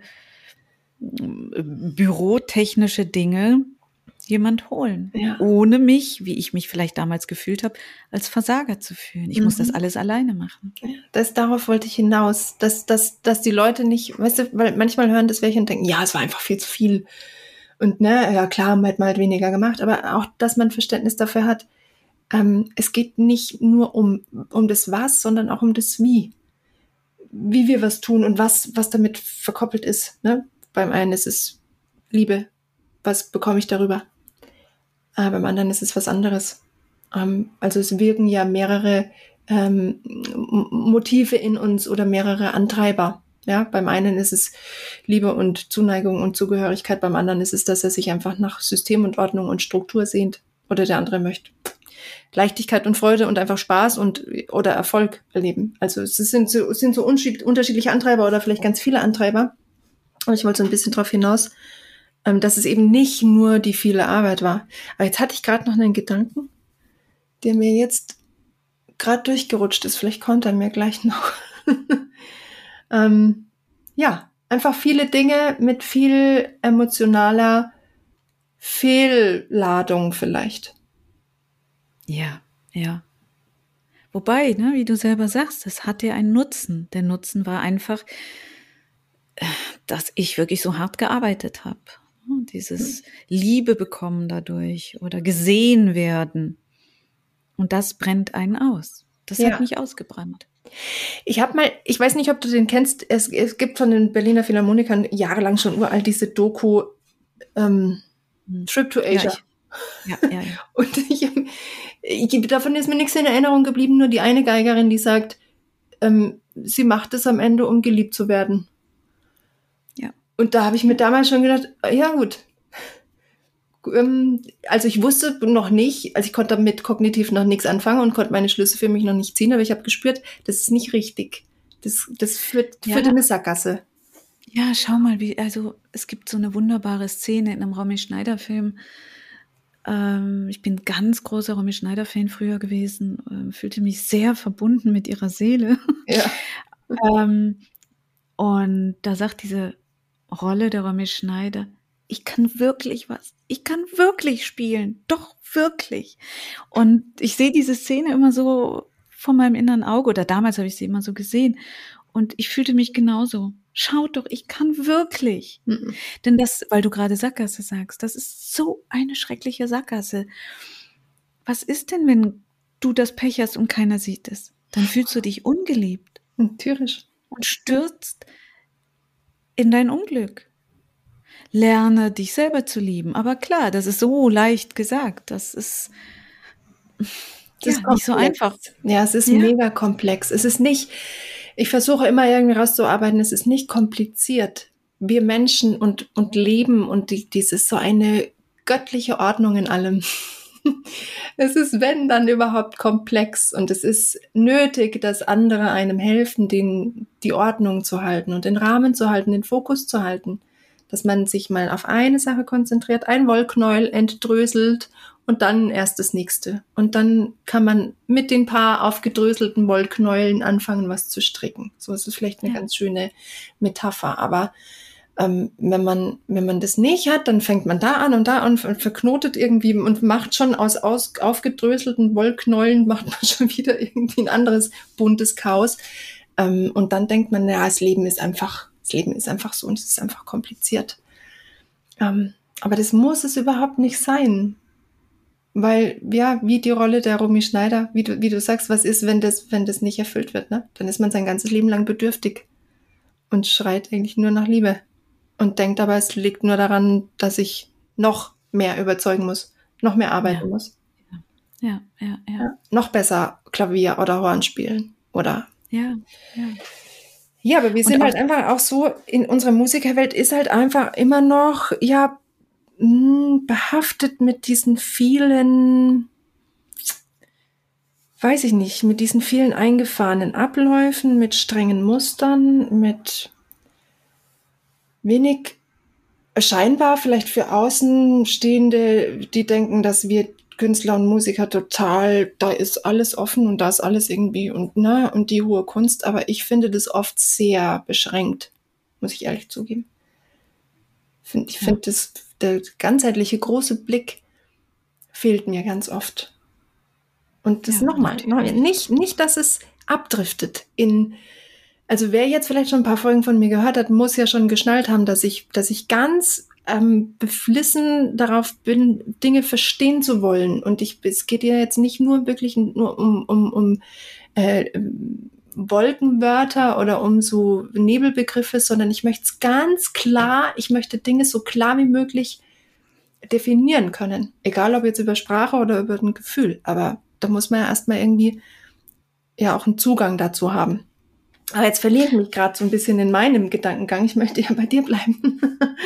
bürotechnische Dinge jemand holen, ohne mich, wie ich mich vielleicht damals gefühlt habe, als Versager zu fühlen. Ich muss das alles alleine machen. Darauf wollte ich hinaus, dass die Leute nicht, weißt du, weil manchmal hören das welche und denken, ja, es war einfach viel zu viel. Und ja klar, man hat mal weniger gemacht, aber auch, dass man Verständnis dafür hat, es geht nicht nur um das Was, sondern auch um das Wie. Wie wir was tun und was damit verkoppelt ist. Ne? Beim einen ist es Liebe, was bekomme ich darüber? Beim anderen ist es was anderes. Also es wirken ja mehrere Motive in uns oder mehrere Antreiber. Ja, beim einen ist es Liebe und Zuneigung und Zugehörigkeit, beim anderen ist es, dass er sich einfach nach System und Ordnung und Struktur sehnt, oder der andere möchte Leichtigkeit und Freude und einfach Spaß oder Erfolg erleben. Also es sind so unterschiedliche Antreiber oder vielleicht ganz viele Antreiber. Und ich wollte so ein bisschen darauf hinaus, dass es eben nicht nur die viele Arbeit war. Aber jetzt hatte ich gerade noch einen Gedanken, der mir jetzt gerade durchgerutscht ist. Vielleicht kommt er mir gleich noch. Einfach viele Dinge mit viel emotionaler Fehlladung vielleicht. Ja. Wobei, wie du selber sagst, es hat ja einen Nutzen. Der Nutzen war einfach, dass ich wirklich so hart gearbeitet habe. Dieses Liebe bekommen dadurch oder gesehen werden. Und das brennt einen aus. Das hat mich ausgebrannt. Ich weiß nicht, ob du den kennst, es gibt von den Berliner Philharmonikern jahrelang schon uralt diese Doku Trip to Asia. Ja. Und davon ist mir nichts in Erinnerung geblieben, nur die eine Geigerin, die sagt, sie macht es am Ende, um geliebt zu werden. Ja. Und da habe ich mir damals schon gedacht, ja gut. Also ich wusste noch nicht, also ich konnte damit kognitiv noch nichts anfangen und konnte meine Schlüsse für mich noch nicht ziehen, aber ich habe gespürt, das ist nicht richtig. Das führt in eine Sackgasse. Ja, schau mal, also es gibt so eine wunderbare Szene in einem Romy Schneider-Film. Ich bin ganz großer Romy Schneider-Fan früher gewesen, fühlte mich sehr verbunden mit ihrer Seele. Ja. Und da sagt diese Rolle der Romy Schneider, ich kann wirklich spielen, doch wirklich. Und ich sehe diese Szene immer so vor meinem inneren Auge, oder damals habe ich sie immer so gesehen. Und ich fühlte mich genauso. Schaut doch, ich kann wirklich. Mhm. Denn das, weil du gerade Sackgasse sagst, das ist so eine schreckliche Sackgasse. Was ist denn, wenn du das Pech hast und keiner sieht es? Dann fühlst du dich ungeliebt. Natürlich. Und stürzt in dein Unglück. Lerne dich selber zu lieben. Aber klar, das ist so leicht gesagt. Das ist nicht so einfach. Ja, es ist mega komplex. Es ist nicht, ich versuche immer irgendwie rauszuarbeiten, es ist nicht kompliziert. Wir Menschen und Leben und dieses so eine göttliche Ordnung in allem. Es ist, wenn, dann überhaupt komplex und es ist nötig, dass andere einem helfen, die Ordnung zu halten und den Rahmen zu halten, den Fokus zu halten. Dass man sich mal auf eine Sache konzentriert, ein Wollknäuel entdröselt und dann erst das nächste. Und dann kann man mit den paar aufgedröselten Wollknäueln anfangen, was zu stricken. So ist es vielleicht eine ganz schöne Metapher. Aber wenn man das nicht hat, dann fängt man da an und verknotet irgendwie und macht schon aus aufgedröselten Wollknäueln, macht man schon wieder irgendwie ein anderes buntes Chaos. Und dann denkt man, ja, das Leben ist einfach so und es ist einfach kompliziert. Aber das muss es überhaupt nicht sein. Weil, ja, wie die Rolle der Romy Schneider, wie du sagst, was ist, wenn das nicht erfüllt wird, ne? Dann ist man sein ganzes Leben lang bedürftig und schreit eigentlich nur nach Liebe. Und denkt aber, es liegt nur daran, dass ich noch mehr überzeugen muss, noch mehr arbeiten muss. Ja. Noch besser Klavier oder Horn spielen, oder? Ja. Ja, aber wir sind halt einfach auch so, in unserer Musikerwelt ist halt einfach immer noch, behaftet mit diesen vielen, weiß ich nicht, mit diesen vielen eingefahrenen Abläufen, mit strengen Mustern, mit wenig scheinbar vielleicht für Außenstehende, die denken, dass wir Künstler und Musiker total, da ist alles offen und da ist alles irgendwie und die hohe Kunst, aber ich finde das oft sehr beschränkt, muss ich ehrlich zugeben. Ich finde, der ganzheitliche große Blick fehlt mir ganz oft. Und das nochmal, nicht, dass es abdriftet also wer jetzt vielleicht schon ein paar Folgen von mir gehört hat, muss ja schon geschnallt haben, dass ich ganz beflissen darauf bin, Dinge verstehen zu wollen. Und es geht ja jetzt nicht nur wirklich nur um Wolkenwörter oder um so Nebelbegriffe, sondern ich möchte es ganz klar, ich möchte Dinge so klar wie möglich definieren können. Egal ob jetzt über Sprache oder über ein Gefühl. Aber da muss man ja erstmal irgendwie auch einen Zugang dazu haben. Aber jetzt verliere ich mich gerade so ein bisschen in meinem Gedankengang. Ich möchte ja bei dir bleiben.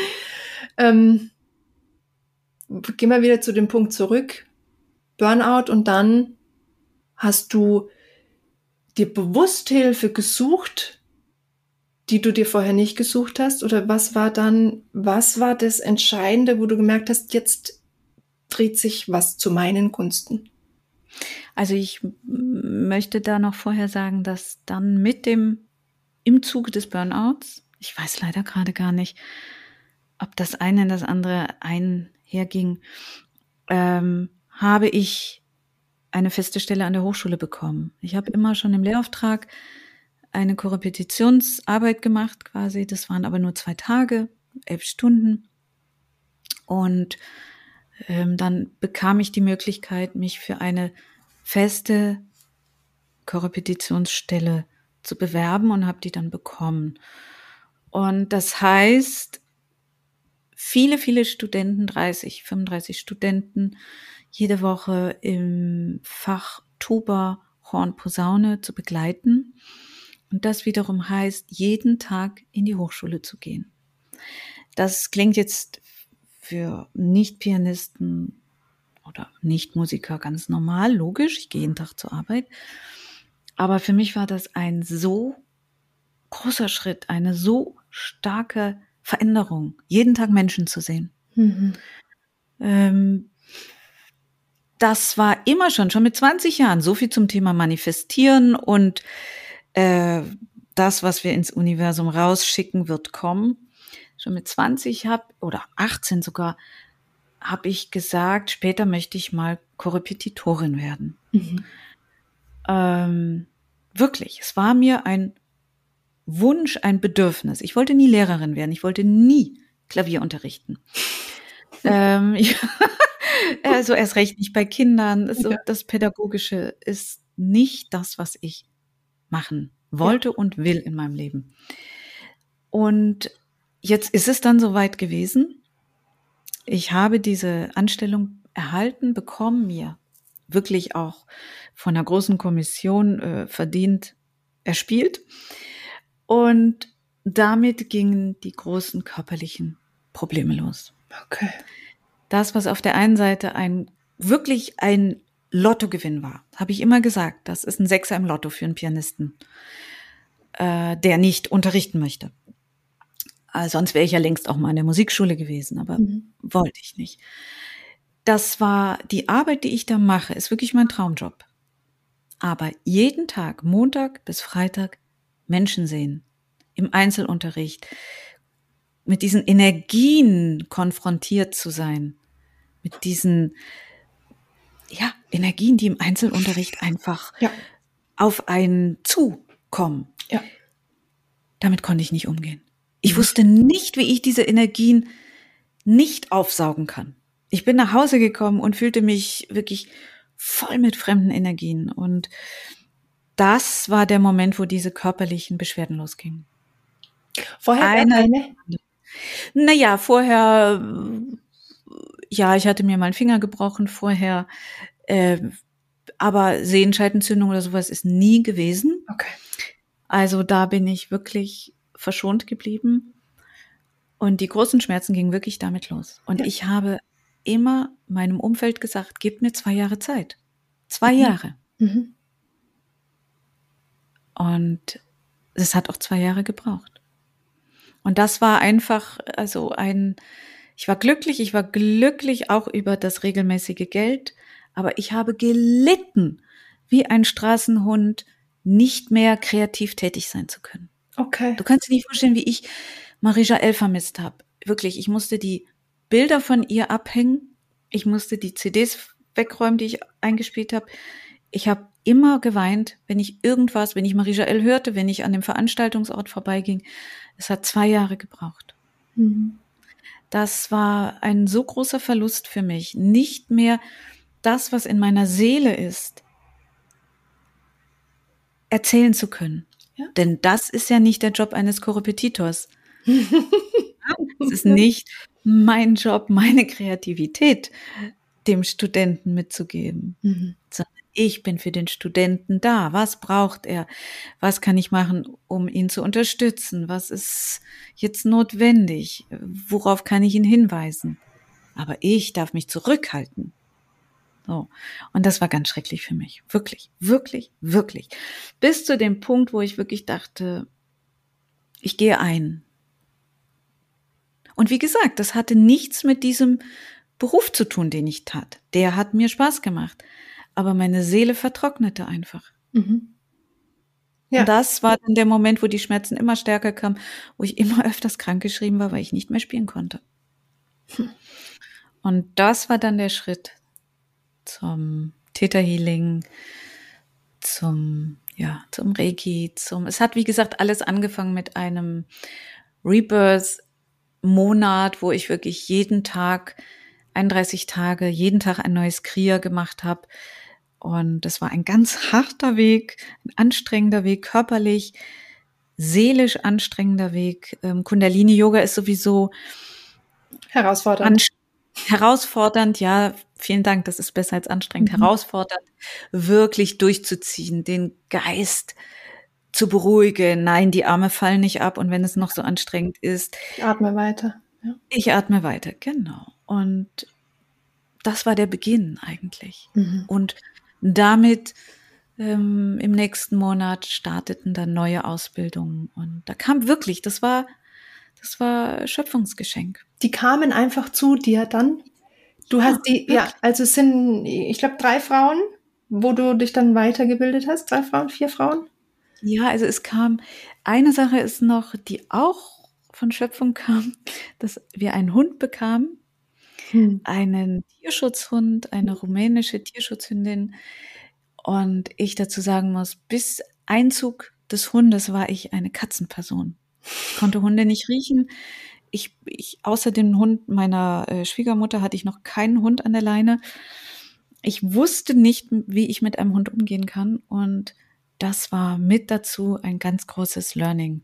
Gehen wir wieder zu dem Punkt zurück. Burnout, und dann hast du dir bewusst Hilfe gesucht, die du dir vorher nicht gesucht hast? Oder was war das Entscheidende, wo du gemerkt hast, jetzt dreht sich was zu meinen Gunsten? Also ich möchte da noch vorher sagen, dass dann im Zuge des Burnouts, ich weiß leider gerade gar nicht, ob das eine in das andere einherging, habe ich eine feste Stelle an der Hochschule bekommen. Ich habe immer schon im Lehrauftrag eine Korrepetitionsarbeit gemacht quasi. Das waren aber nur 2 Tage, 11 Stunden. Und dann bekam ich die Möglichkeit, mich für eine feste Korrepetitionsstelle zu bewerben und habe die dann bekommen. Und das heißt, viele Studenten, 35 Studenten, jede Woche im Fach Tuba, Horn, Posaune zu begleiten. Und das wiederum heißt, jeden Tag in die Hochschule zu gehen. Das klingt jetzt für Nicht-Pianisten oder Nicht-Musiker ganz normal, logisch. Ich gehe jeden Tag zur Arbeit. Aber für mich war das ein so großer Schritt, eine so starke Veränderung, jeden Tag Menschen zu sehen. Das war immer schon mit 20 Jahren, so viel zum Thema Manifestieren und das, was wir ins Universum rausschicken, wird kommen. Schon mit 20 oder 18 sogar, habe ich gesagt, später möchte ich mal Korrepetitorin werden. Wirklich, es war mir ein Wunsch, ein Bedürfnis. Ich wollte nie Lehrerin werden, ich wollte nie Klavier unterrichten. Also erst recht nicht bei Kindern. So, das Pädagogische ist nicht das, was ich machen wollte und will in meinem Leben. Und jetzt ist es dann soweit gewesen. Ich habe diese Anstellung bekommen, mir wirklich auch von einer großen Kommission verdient erspielt. Und damit gingen die großen körperlichen Probleme los. Okay. Das, was auf der einen Seite wirklich ein Lottogewinn war, habe ich immer gesagt, das ist ein Sechser im Lotto für einen Pianisten, der nicht unterrichten möchte. Sonst wäre ich ja längst auch mal in der Musikschule gewesen, aber wollte ich nicht. Das war die Arbeit, die ich da mache, ist wirklich mein Traumjob. Aber jeden Tag, Montag bis Freitag, Menschen sehen, im Einzelunterricht, mit diesen Energien konfrontiert zu sein, mit diesen Energien, die im Einzelunterricht einfach auf einen zukommen. Ja. Damit konnte ich nicht umgehen. Ich wusste nicht, wie ich diese Energien nicht aufsaugen kann. Ich bin nach Hause gekommen und fühlte mich wirklich voll mit fremden Energien. Und das war der Moment, wo diese körperlichen Beschwerden losgingen. Vorher keine? Naja, vorher, ich hatte mir mal einen Finger gebrochen vorher, aber Sehenscheidenentzündung oder sowas ist nie gewesen. Okay. Also da bin ich wirklich verschont geblieben. Und die großen Schmerzen gingen wirklich damit los. Und ich habe immer meinem Umfeld gesagt, gebt mir 2 Jahre Zeit. 2 Jahre. Und es hat auch 2 Jahre gebraucht. Und das war einfach, ich war glücklich auch über das regelmäßige Geld, aber ich habe gelitten, wie ein Straßenhund, nicht mehr kreativ tätig sein zu können. Okay. Du kannst dir nicht vorstellen, wie ich Marie-Jaëlle vermisst habe. Wirklich, ich musste die Bilder von ihr abhängen, ich musste die CDs wegräumen, die ich eingespielt habe. Ich habe immer geweint, wenn ich Marie-Jaëlle hörte, wenn ich an dem Veranstaltungsort vorbeiging. Es hat 2 Jahre gebraucht. Das war ein so großer Verlust für mich. Nicht mehr das, was in meiner Seele ist, erzählen zu können. Ja? Denn das ist ja nicht der Job eines Korrepetitors. Es ist nicht mein Job, meine Kreativität dem Studenten mitzugeben, sondern ich bin für den Studenten da. Was braucht er? Was kann ich machen, um ihn zu unterstützen? Was ist jetzt notwendig? Worauf kann ich ihn hinweisen? Aber ich darf mich zurückhalten. So. Und das war ganz schrecklich für mich. Wirklich, wirklich, wirklich. Bis zu dem Punkt, wo ich wirklich dachte, ich gehe ein. Und wie gesagt, das hatte nichts mit diesem Beruf zu tun, den ich tat. Der hat mir Spaß gemacht. Aber meine Seele vertrocknete einfach. Ja. Und das war dann der Moment, wo die Schmerzen immer stärker kamen, wo ich immer öfters krankgeschrieben war, weil ich nicht mehr spielen konnte. Und das war dann der Schritt zum Theta Healing, zum Reiki, es hat, wie gesagt, alles angefangen mit einem Rebirth-Monat, wo ich wirklich jeden Tag, 31 Tage, jeden Tag ein neues Kriya gemacht habe. Und das war ein ganz harter Weg, ein anstrengender Weg, körperlich, seelisch anstrengender Weg. Kundalini-Yoga ist sowieso herausfordernd, ja, vielen Dank, das ist besser als anstrengend, herausfordernd, wirklich durchzuziehen, den Geist zu beruhigen. Nein, die Arme fallen nicht ab und wenn es noch so anstrengend ist, Atme weiter. Ja. ich atme weiter, genau. Und das war der Beginn eigentlich. Und damit im nächsten Monat starteten dann neue Ausbildungen und da kam wirklich, das war Schöpfungsgeschenk. Die kamen einfach zu dir dann? Du hast die, ja, also es sind, ich glaube, 3 Frauen, wo du dich dann weitergebildet hast. 3 Frauen, 4 Frauen? Ja, also es kam, eine Sache ist noch, die auch von Schöpfung kam, dass wir einen Hund bekamen, einen Tierschutzhund, eine rumänische Tierschutzhündin. Und ich dazu sagen muss, bis Einzug des Hundes war ich eine Katzenperson. Ich konnte Hunde nicht riechen. Ich außer dem Hund meiner Schwiegermutter hatte ich noch keinen Hund an der Leine. Ich wusste nicht, wie ich mit einem Hund umgehen kann. Und das war mit dazu ein ganz großes Learning.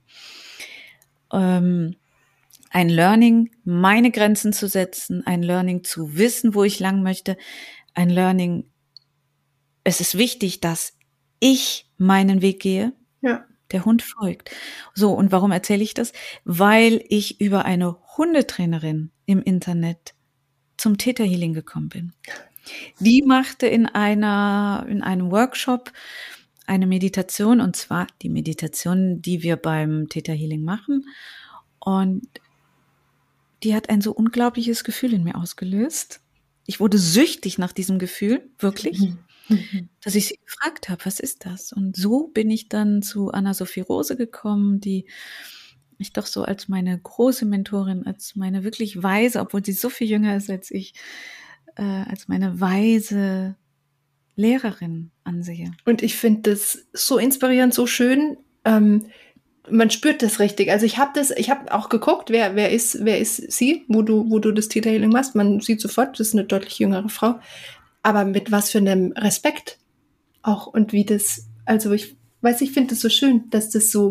Ein Learning, meine Grenzen zu setzen, ein Learning zu wissen, wo ich lang möchte, ein Learning, es ist wichtig, dass ich meinen Weg gehe. Ja. Der Hund folgt. So, und warum erzähle ich das? Weil ich über eine Hundetrainerin im Internet zum Theta Healing gekommen bin. Die machte in einem Workshop eine Meditation, und zwar die Meditation, die wir beim Theta Healing machen. Und die hat ein so unglaubliches Gefühl in mir ausgelöst. Ich wurde süchtig nach diesem Gefühl, wirklich. Dass ich sie gefragt habe, was ist das? Und so bin ich dann zu Anna-Sophie Rose gekommen, die ich doch so als meine große Mentorin, als meine wirklich weise, obwohl sie so viel jünger ist als ich, als meine weise Lehrerin ansehe. Und ich finde das so inspirierend, so schön. Man spürt das richtig. Also ich habe auch geguckt, wer ist sie, wo du das Theta Healing machst. Man sieht sofort, das ist eine deutlich jüngere Frau. Aber mit was für einem Respekt auch und wie das, also ich finde das so schön, dass das so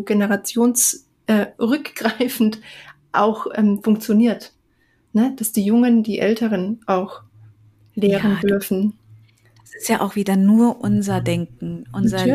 generationsrückgreifend auch funktioniert. Ne? Dass die Jungen, die Älteren auch lehren dürfen. Das ist ja auch wieder nur unser Denken, unser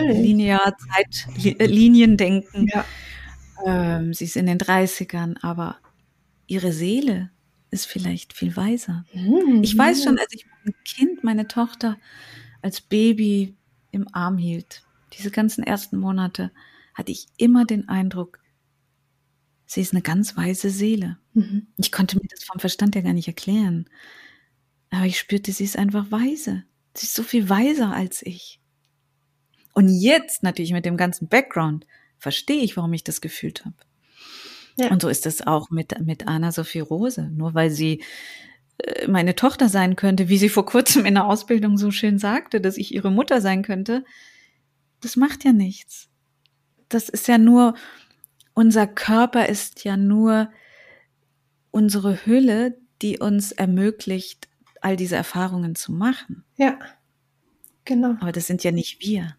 Linear-Zeitliniendenken. Ja. Sie ist in den 30ern, aber ihre Seele ist vielleicht viel weiser. Ich weiß schon, als ich mein Kind, meine Tochter als Baby im Arm hielt, diese ganzen ersten Monate, hatte ich immer den Eindruck, sie ist eine ganz weise Seele. Ich konnte mir das vom Verstand ja gar nicht erklären. Aber ich spürte, sie ist einfach weise. Sie ist so viel weiser als ich. Und jetzt natürlich mit dem ganzen Background verstehe ich, warum ich das gefühlt habe. Ja. Und so ist es auch mit Anna-Sophie Rose. Nur weil sie meine Tochter sein könnte, wie sie vor kurzem in der Ausbildung so schön sagte, dass ich ihre Mutter sein könnte, das macht ja nichts. Das ist ja nur, unser Körper ist ja nur unsere Hülle, die uns ermöglicht, all diese Erfahrungen zu machen. Ja, genau. Aber das sind ja nicht wir.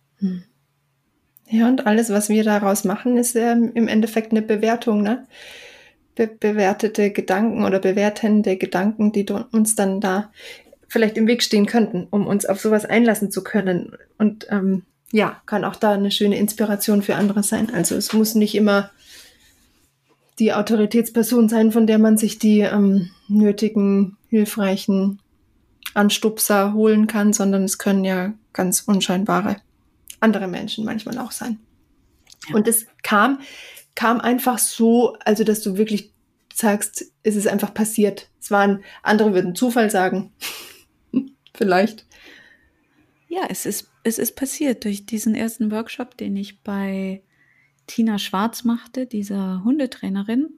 Ja, und alles, was wir daraus machen, ist im Endeffekt eine Bewertung, ne? Bewertete Gedanken oder bewertende Gedanken, die uns dann da vielleicht im Weg stehen könnten, um uns auf sowas einlassen zu können. Und kann auch da eine schöne Inspiration für andere sein. Also es muss nicht immer die Autoritätsperson sein, von der man sich die nötigen, hilfreichen Anstupser holen kann, sondern es können ja ganz unscheinbare andere Menschen manchmal auch sein. Ja. Und es kam einfach so, also dass du wirklich sagst, es ist einfach passiert. Andere würden Zufall sagen. Vielleicht. Ja, es ist passiert durch diesen ersten Workshop, den ich bei Tina Schwarz machte, dieser Hundetrainerin.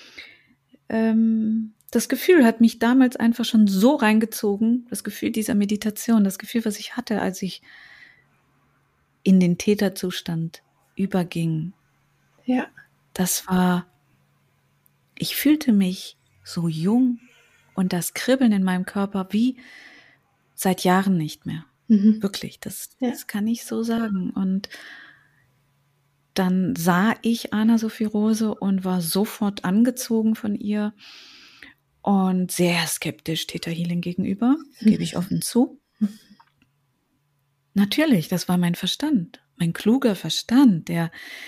Das Gefühl hat mich damals einfach schon so reingezogen, das Gefühl dieser Meditation, das Gefühl, was ich hatte, als ich in den Theta-Zustand überging. Ja. Das war, ich fühlte mich so jung und das Kribbeln in meinem Körper wie seit Jahren nicht mehr. Wirklich, das kann ich so sagen. Und dann sah ich Anna-Sophie Rose und war sofort angezogen von ihr und sehr skeptisch Theta Healing gegenüber, gebe ich offen zu. Natürlich, das war mein Verstand. mein kluger Verstand, der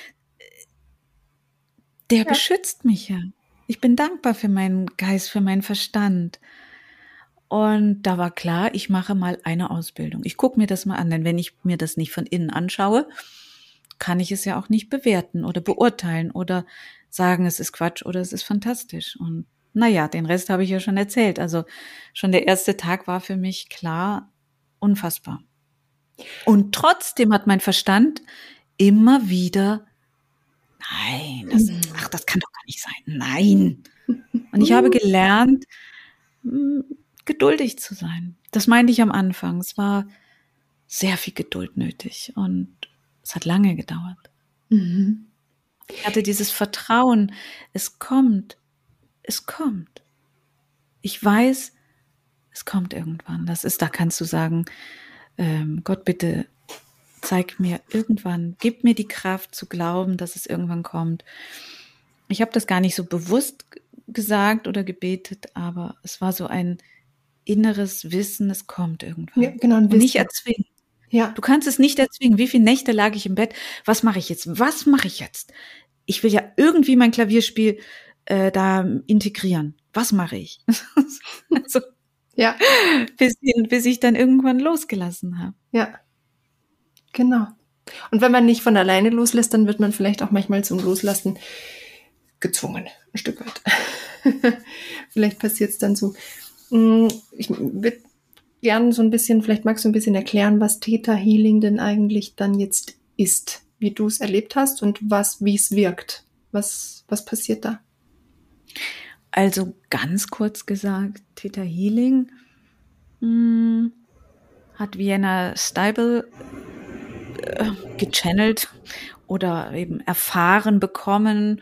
beschützt mich ja. Ich bin dankbar für meinen Geist, für meinen Verstand. Und da war klar, ich mache mal eine Ausbildung. Ich gucke mir das mal an, denn wenn ich mir das nicht von innen anschaue, kann ich es ja auch nicht bewerten oder beurteilen oder sagen, es ist Quatsch oder es ist fantastisch. Und naja, den Rest habe ich ja schon erzählt. Also schon der erste Tag war für mich klar, unfassbar. Und trotzdem hat mein Verstand immer wieder, nein, das kann doch gar nicht sein. Nein. Und ich habe gelernt, geduldig zu sein. Das meinte ich am Anfang. Es war sehr viel Geduld nötig und es hat lange gedauert. Mhm. Ich hatte dieses Vertrauen, es kommt. Ich weiß, es kommt irgendwann. Da kannst du sagen, Gott, bitte zeig mir irgendwann, gib mir die Kraft zu glauben, dass es irgendwann kommt. Ich habe das gar nicht so bewusst gesagt oder gebetet, aber es war so ein inneres Wissen, es kommt irgendwann. Ja, genau, und nicht erzwingen. Ja. Du kannst es nicht erzwingen. Wie viele Nächte lag ich im Bett? Was mache ich jetzt? Ich will ja irgendwie mein Klavierspiel da integrieren. Was mache ich? Also, Ja. bis ich dann irgendwann losgelassen habe. Ja, genau. Und wenn man nicht von alleine loslässt, dann wird man vielleicht auch manchmal zum Loslassen gezwungen, ein Stück weit. Vielleicht passiert es dann so. Ich würde gerne so ein bisschen, vielleicht magst du ein bisschen erklären, was Theta Healing denn eigentlich dann jetzt ist, wie du es erlebt hast und wie es wirkt. Was passiert da? Also ganz kurz gesagt, Theta Healing hat Vienna Steibel gechannelt oder eben erfahren bekommen,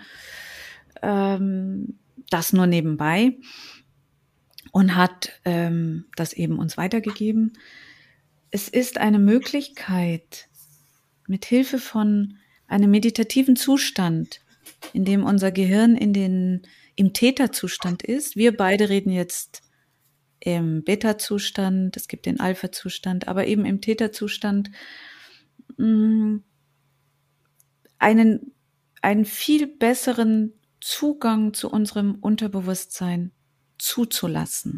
das nur nebenbei und hat das eben uns weitergegeben. Es ist eine Möglichkeit, mit Hilfe von einem meditativen Zustand, in dem unser Gehirn im Theta-Zustand ist. Wir beide reden jetzt im Beta-Zustand, es gibt den Alpha-Zustand, aber eben im Theta-Zustand einen viel besseren Zugang zu unserem Unterbewusstsein zuzulassen.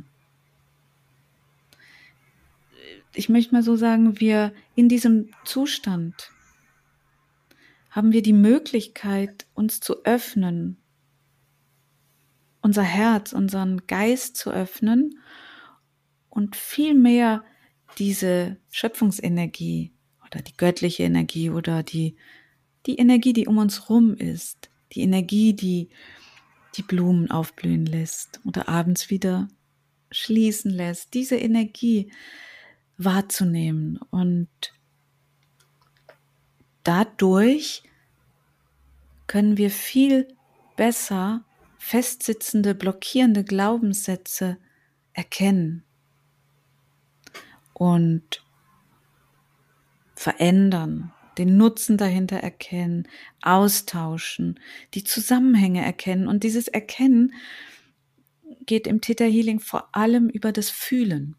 Ich möchte mal so sagen, wir in diesem Zustand haben wir die Möglichkeit, uns zu öffnen, unser Herz, unseren Geist zu öffnen und viel mehr diese Schöpfungsenergie oder die göttliche Energie oder die Energie, die um uns rum ist, die Energie, die die Blumen aufblühen lässt oder abends wieder schließen lässt, diese Energie wahrzunehmen und dadurch können wir viel besser festsitzende, blockierende Glaubenssätze erkennen und verändern, den Nutzen dahinter erkennen, austauschen, die Zusammenhänge erkennen. Und dieses Erkennen geht im Theta Healing vor allem über das Fühlen.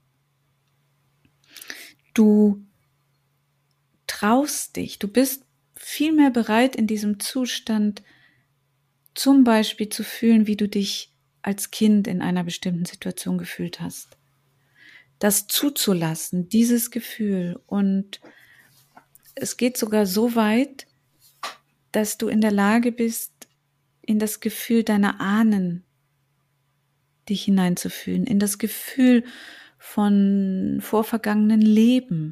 Du traust dich, du bist viel mehr bereit in diesem Zustand zum Beispiel zu fühlen, wie du dich als Kind in einer bestimmten Situation gefühlt hast. Das zuzulassen, dieses Gefühl. Und es geht sogar so weit, dass du in der Lage bist, in das Gefühl deiner Ahnen dich hineinzufühlen, in das Gefühl von vorvergangenen Leben.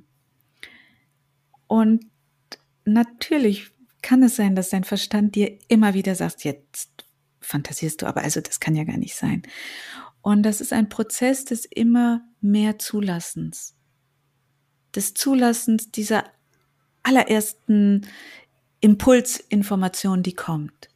Und natürlich kann es sein, dass dein Verstand dir immer wieder sagt, jetzt fantasierst du, aber also das kann ja gar nicht sein. Und das ist ein Prozess des immer mehr Zulassens. Des Zulassens dieser allerersten Impulsinformation, die kommt.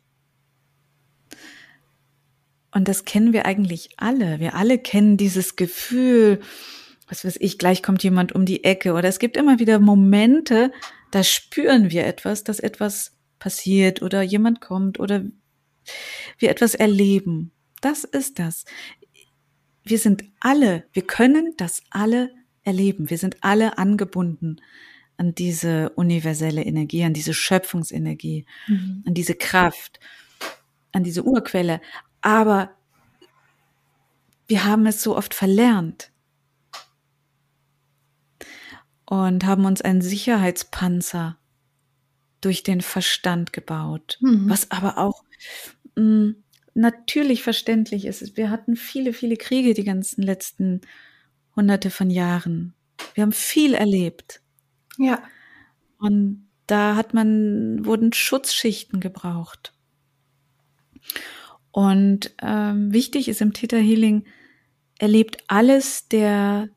Und das kennen wir eigentlich alle. Wir alle kennen dieses Gefühl, was weiß ich, gleich kommt jemand um die Ecke. Oder es gibt immer wieder Momente, da spüren wir etwas, dass etwas passiert oder jemand kommt oder wir etwas erleben. Das ist das. Wir können das alle erleben. Wir sind alle angebunden an diese universelle Energie, an diese Schöpfungsenergie, an diese Kraft, an diese Urquelle. Aber wir haben es so oft verlernt und haben uns einen Sicherheitspanzer durch den Verstand gebaut, was aber auch natürlich verständlich ist. Wir hatten viele, viele Kriege die ganzen letzten Hunderte von Jahren. Wir haben viel erlebt. Ja. Und da wurden Schutzschichten gebraucht. Und wichtig ist im Theta Healing, erlebt alles der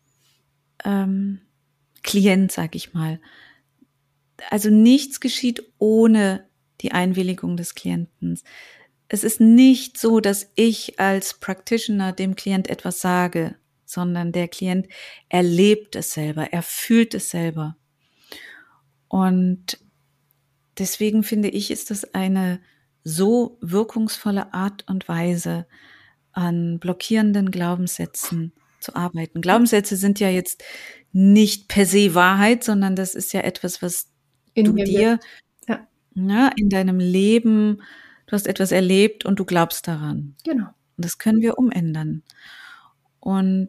Klient, sag ich mal. Also nichts geschieht ohne die Einwilligung des Klienten. Es ist nicht so, dass ich als Practitioner dem Klient etwas sage, sondern der Klient erlebt es selber, er fühlt es selber. Und deswegen finde ich, ist das eine so wirkungsvolle Art und Weise, an blockierenden Glaubenssätzen zu arbeiten. Glaubenssätze sind ja jetzt nicht per se Wahrheit, sondern das ist ja etwas, was du dir in deinem Leben, du hast etwas erlebt und du glaubst daran. Genau. Und das können wir umändern. Und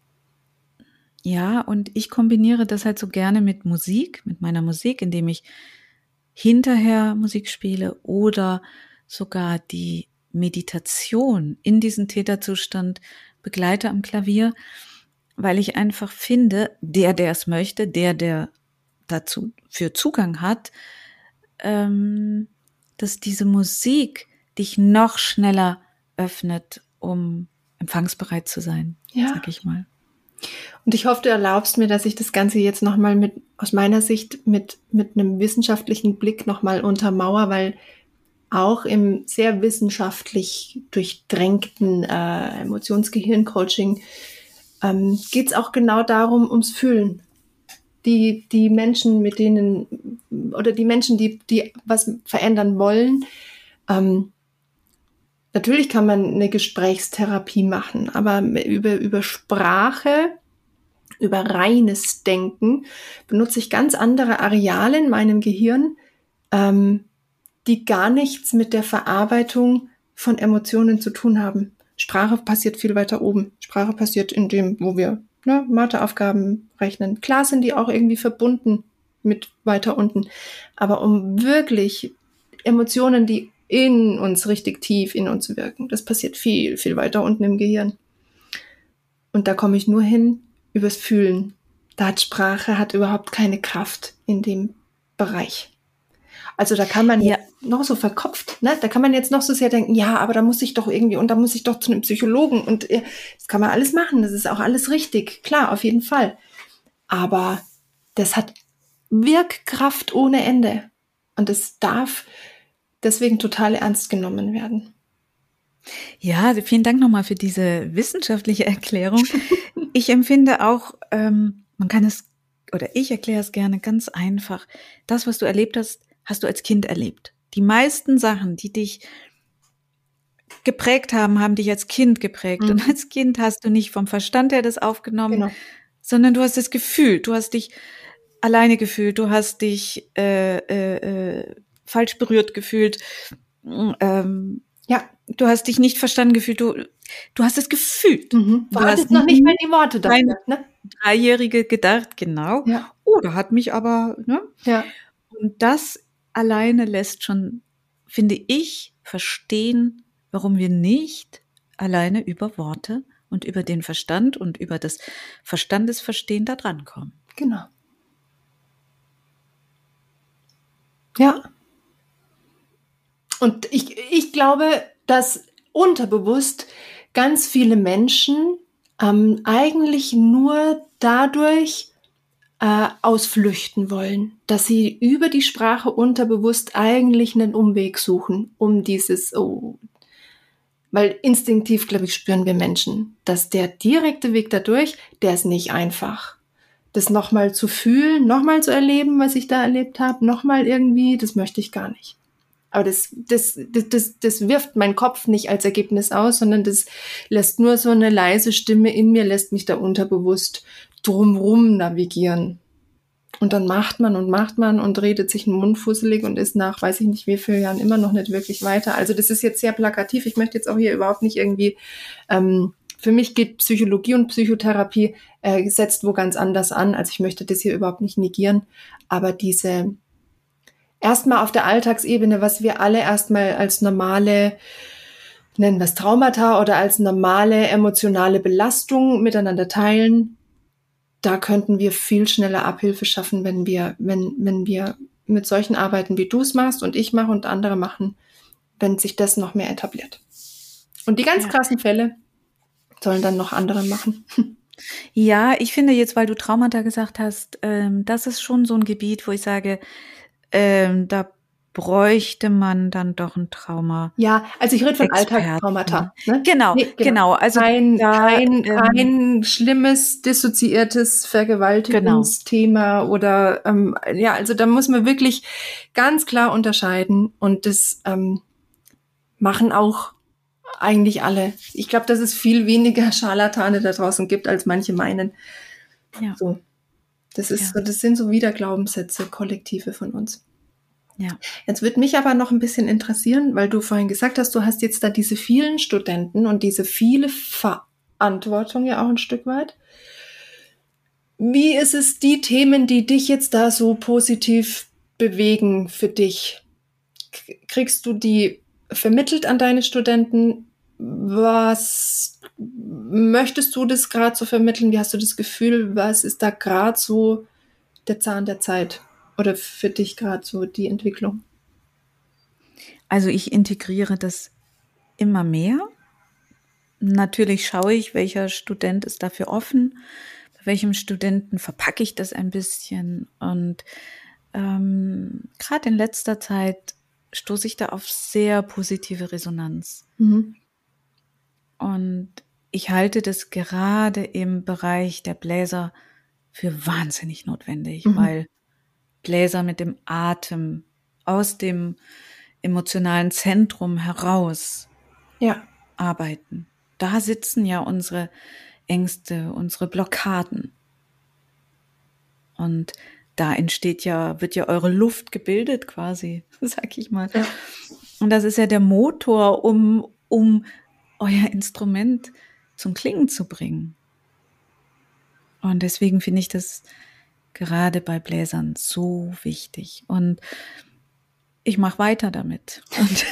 ja, und ich kombiniere das halt so gerne mit Musik, mit meiner Musik, indem ich hinterher Musik spiele oder sogar die Meditation in diesen Theta-Zustand begleite am Klavier, weil ich einfach finde, der es möchte, der dazu für Zugang hat, dass diese Musik dich noch schneller öffnet, um empfangsbereit zu sein, sag ich mal. Und ich hoffe, du erlaubst mir, dass ich das Ganze jetzt nochmal aus meiner Sicht mit einem wissenschaftlichen Blick nochmal untermauer, weil auch im sehr wissenschaftlich durchdrängten Emotionsgehirn-Coaching geht es auch genau darum, ums Fühlen. Die Menschen, mit denen, oder die Menschen, die was verändern wollen, natürlich kann man eine Gesprächstherapie machen, aber über Sprache, über reines Denken benutze ich ganz andere Areale in meinem Gehirn, die gar nichts mit der Verarbeitung von Emotionen zu tun haben. Sprache passiert viel weiter oben. Sprache passiert in dem, wo wir Matheaufgaben rechnen. Klar sind die auch irgendwie verbunden mit weiter unten. Aber um wirklich Emotionen, die in uns richtig tief in uns wirken, das passiert viel, viel weiter unten im Gehirn. Und da komme ich nur hin übers Fühlen. Da hat Sprache überhaupt keine Kraft in dem Bereich. Also da kann man jetzt noch so verkopft, ne? Da kann man jetzt noch so sehr denken, ja, aber da muss ich doch irgendwie, und da muss ich doch zu einem Psychologen und das kann man alles machen, das ist auch alles richtig, klar, auf jeden Fall. Aber das hat Wirkkraft ohne Ende und es darf deswegen total ernst genommen werden. Ja, vielen Dank nochmal für diese wissenschaftliche Erklärung. Ich empfinde auch, man kann es, oder ich erkläre es gerne ganz einfach, das, was du erlebt hast, hast du als Kind erlebt. Die meisten Sachen, die dich geprägt haben, haben dich als Kind geprägt. Und als Kind hast du nicht vom Verstand her das aufgenommen, sondern du hast es gefühlt. Du hast dich alleine gefühlt. Du hast dich falsch berührt gefühlt. Du hast dich nicht verstanden gefühlt. Du hast es gefühlt. Du hattest noch nicht mal die Worte dafür. Ne? Dreijährige gedacht, genau. Ja. Oh, da hat mich aber, ne? Ja. Und das alleine lässt schon, finde ich, verstehen, warum wir nicht alleine über Worte und über den Verstand und über das Verstandesverstehen da dran kommen. Genau. Ja. Und ich glaube, dass unterbewusst ganz viele Menschen eigentlich nur dadurch ausflüchten wollen, dass sie über die Sprache unterbewusst eigentlich einen Umweg suchen, um dieses, weil instinktiv, glaube ich, spüren wir Menschen, dass der direkte Weg dadurch, der ist nicht einfach. Das nochmal zu fühlen, nochmal zu erleben, was ich da erlebt habe, nochmal irgendwie, das möchte ich gar nicht. Aber das wirft mein Kopf nicht als Ergebnis aus, sondern das lässt nur so eine leise Stimme in mir, lässt mich da unterbewusst drumrum navigieren. Und dann macht man und redet sich einen Mund fusselig und ist nach, weiß ich nicht wie vielen Jahren, immer noch nicht wirklich weiter. Also das ist jetzt sehr plakativ. Ich möchte jetzt auch hier überhaupt nicht irgendwie, für mich geht Psychologie und Psychotherapie setzt wo ganz anders an. Also ich möchte das hier überhaupt nicht negieren. Aber diese, erstmal auf der Alltagsebene, was wir alle erstmal als normale, nennen wir es Traumata oder als normale emotionale Belastung miteinander teilen, da könnten wir viel schneller Abhilfe schaffen, wenn wir mit solchen arbeiten, wie du es machst und ich mache und andere machen, wenn sich das noch mehr etabliert. Und die ganz krassen Fälle sollen dann noch andere machen. Ja, ich finde jetzt, weil du Traumata gesagt hast, das ist schon so ein Gebiet, wo ich sage, da bräuchte man dann doch ein Trauma. Ja, also ich rede von Alltagstraumata. Ne? Genau. Also kein schlimmes, dissoziiertes Vergewaltigungsthema oder also da muss man wirklich ganz klar unterscheiden und das machen auch eigentlich alle. Ich glaube, dass es viel weniger Scharlatane da draußen gibt, als manche meinen. Ja. So. Das sind so Wiederglaubenssätze, Kollektive von uns. Ja. Jetzt würde mich aber noch ein bisschen interessieren, weil du vorhin gesagt hast, du hast jetzt da diese vielen Studenten und diese viele Verantwortung ja auch ein Stück weit. Wie ist es, die Themen, die dich jetzt da so positiv bewegen für dich? Kriegst du die vermittelt an deine Studenten? Was möchtest du das gerade so vermitteln? Wie hast du das Gefühl? Was ist da gerade so der Zahn der Zeit? Oder für dich gerade so die Entwicklung? Also ich integriere das immer mehr. Natürlich schaue ich, welcher Student ist dafür offen, bei welchem Studenten verpacke ich das ein bisschen. Und gerade in letzter Zeit stoße ich da auf sehr positive Resonanz. Mhm. Und ich halte das gerade im Bereich der Bläser für wahnsinnig notwendig, weil Bläser mit dem Atem aus dem emotionalen Zentrum heraus arbeiten. Da sitzen ja unsere Ängste, unsere Blockaden. Und da wird ja eure Luft gebildet quasi, sag ich mal. Ja. Und das ist ja der Motor, um euer Instrument zum Klingen zu bringen. Und deswegen finde ich das gerade bei Bläsern so wichtig. Und ich mache weiter damit. Und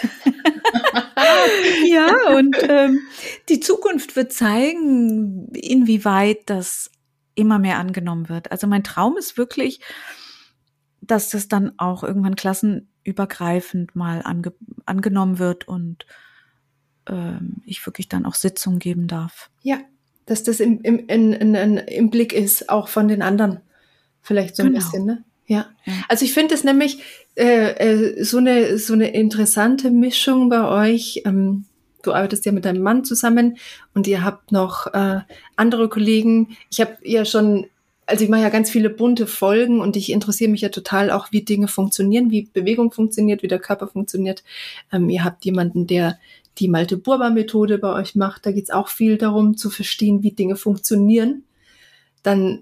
die Zukunft wird zeigen, inwieweit das immer mehr angenommen wird. Also mein Traum ist wirklich, dass das dann auch irgendwann klassenübergreifend mal angenommen wird und ich wirklich dann auch Sitzungen geben darf. Ja, dass das im Blick ist, auch von den anderen. Vielleicht so ein bisschen, ne? Ja. Also ich finde es nämlich so eine interessante Mischung bei euch. Du arbeitest ja mit deinem Mann zusammen und ihr habt noch andere Kollegen. Ich habe ja schon, also ich mache ja ganz viele bunte Folgen und ich interessiere mich ja total auch, wie Dinge funktionieren, wie Bewegung funktioniert, wie der Körper funktioniert. Ihr habt jemanden, der die Malte-Burber-Methode bei euch macht. Da geht es auch viel darum, zu verstehen, wie Dinge funktionieren. Dann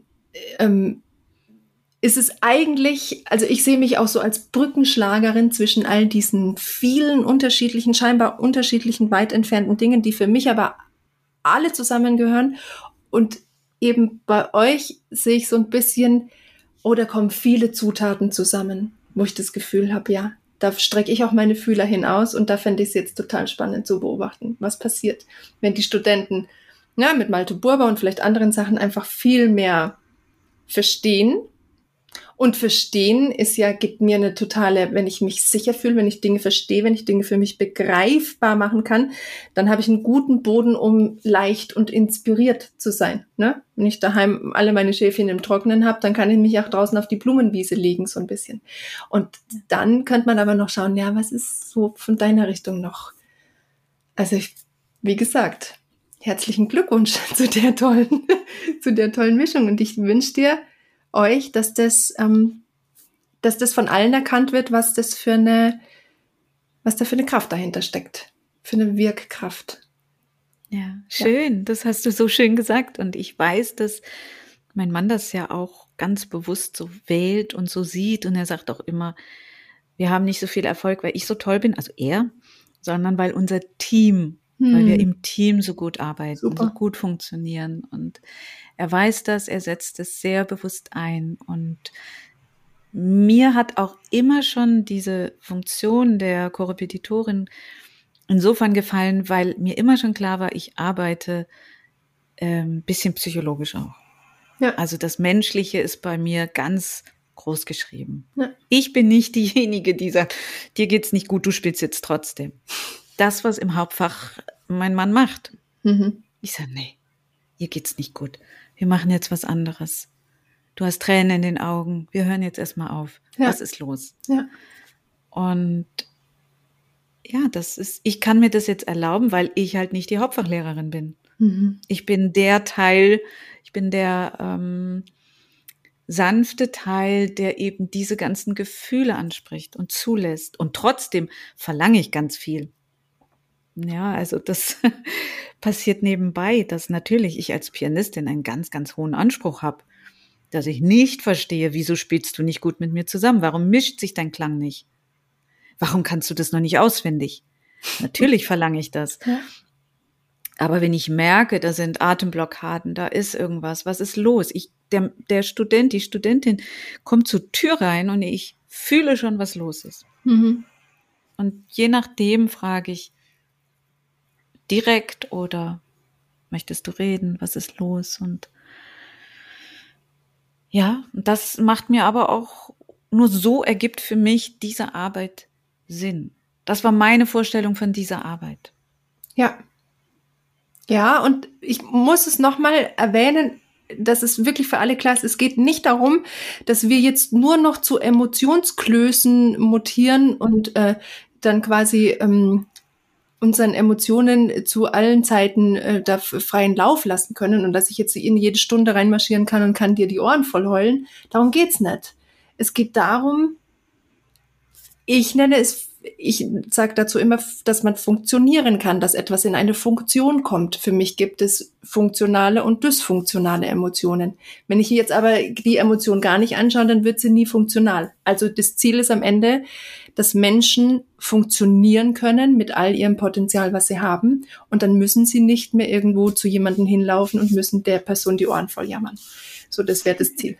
ist es eigentlich, also ich sehe mich auch so als Brückenschlagerin zwischen all diesen vielen unterschiedlichen, scheinbar unterschiedlichen, weit entfernten Dingen, die für mich aber alle zusammengehören. Und eben bei euch sehe ich so ein bisschen, da kommen viele Zutaten zusammen, wo ich das Gefühl habe, ja, da strecke ich auch meine Fühler hinaus und da fände ich es jetzt total spannend zu beobachten, was passiert, wenn die Studenten mit Malte Burber und vielleicht anderen Sachen einfach viel mehr verstehen. Und verstehen gibt mir eine totale, wenn ich mich sicher fühle, wenn ich Dinge verstehe, wenn ich Dinge für mich begreifbar machen kann, dann habe ich einen guten Boden, um leicht und inspiriert zu sein. Ne? Wenn ich daheim alle meine Schäfchen im Trockenen habe, dann kann ich mich auch draußen auf die Blumenwiese legen, so ein bisschen. Und dann könnte man aber noch schauen, ja, was ist so von deiner Richtung noch? Also wie gesagt, herzlichen Glückwunsch zu der tollen Mischung. Und ich wünsche dir, euch, dass das von allen erkannt wird, was da für eine Kraft dahinter steckt, für eine Wirkkraft. Ja, schön, das hast du so schön gesagt und ich weiß, dass mein Mann das ja auch ganz bewusst so wählt und so sieht. Und er sagt auch immer, wir haben nicht so viel Erfolg, weil ich so toll bin, also er, sondern weil unser Team, weil wir im Team so gut arbeiten, Super. so gut funktionieren. Und er weiß das, er setzt es sehr bewusst ein. Und mir hat auch immer schon diese Funktion der Korrepetitorin insofern gefallen, weil mir immer schon klar war, ich arbeite bisschen psychologisch auch. Ja. Also das Menschliche ist bei mir ganz groß geschrieben. Ja. Ich bin nicht diejenige, die sagt, dir geht's nicht gut, du spielst jetzt trotzdem. Das, was im Hauptfach mein Mann macht. Ich sage, nee, ihr geht's nicht gut. Wir machen jetzt was anderes. Du hast Tränen in den Augen. Wir hören jetzt erstmal auf. Ja. Was ist los? Ja. Und ja, ich kann mir das jetzt erlauben, weil ich halt nicht die Hauptfachlehrerin bin. Ich bin der Teil, ich bin der sanfte Teil, der eben diese ganzen Gefühle anspricht und zulässt. Und trotzdem verlange ich ganz viel. Ja, also das passiert nebenbei, dass natürlich ich als Pianistin einen ganz, ganz hohen Anspruch habe, dass ich nicht verstehe, wieso spielst du nicht gut mit mir zusammen? Warum mischt sich dein Klang nicht? Warum kannst du das noch nicht auswendig? Natürlich verlange ich das. Ja. Aber wenn ich merke, da sind Atemblockaden, da ist irgendwas, was ist los? Der Student, die Studentin kommt zur Tür rein und ich fühle schon, was los ist. Und je nachdem frage ich direkt oder möchtest du reden? Was ist los? Und ja, das macht mir aber auch, nur so ergibt für mich diese Arbeit Sinn. Das war meine Vorstellung von dieser Arbeit. Ja. Ja, und ich muss es nochmal erwähnen, dass es wirklich für alle klar ist, es geht nicht darum, dass wir jetzt nur noch zu Emotionsklößen mutieren und dann quasi unseren Emotionen zu allen Zeiten da freien Lauf lassen können und dass ich jetzt in jede Stunde reinmarschieren kann und kann dir die Ohren voll heulen. Darum geht's nicht. Es geht darum, ich sage dazu immer, dass man funktionieren kann, dass etwas in eine Funktion kommt. Für mich gibt es funktionale und dysfunktionale Emotionen. Wenn ich jetzt aber die Emotion gar nicht anschaue, dann wird sie nie funktional. Also das Ziel ist am Ende, dass Menschen funktionieren können mit all ihrem Potenzial, was sie haben. Und dann müssen sie nicht mehr irgendwo zu jemandem hinlaufen und müssen der Person die Ohren voll jammern. So, das wäre das Ziel.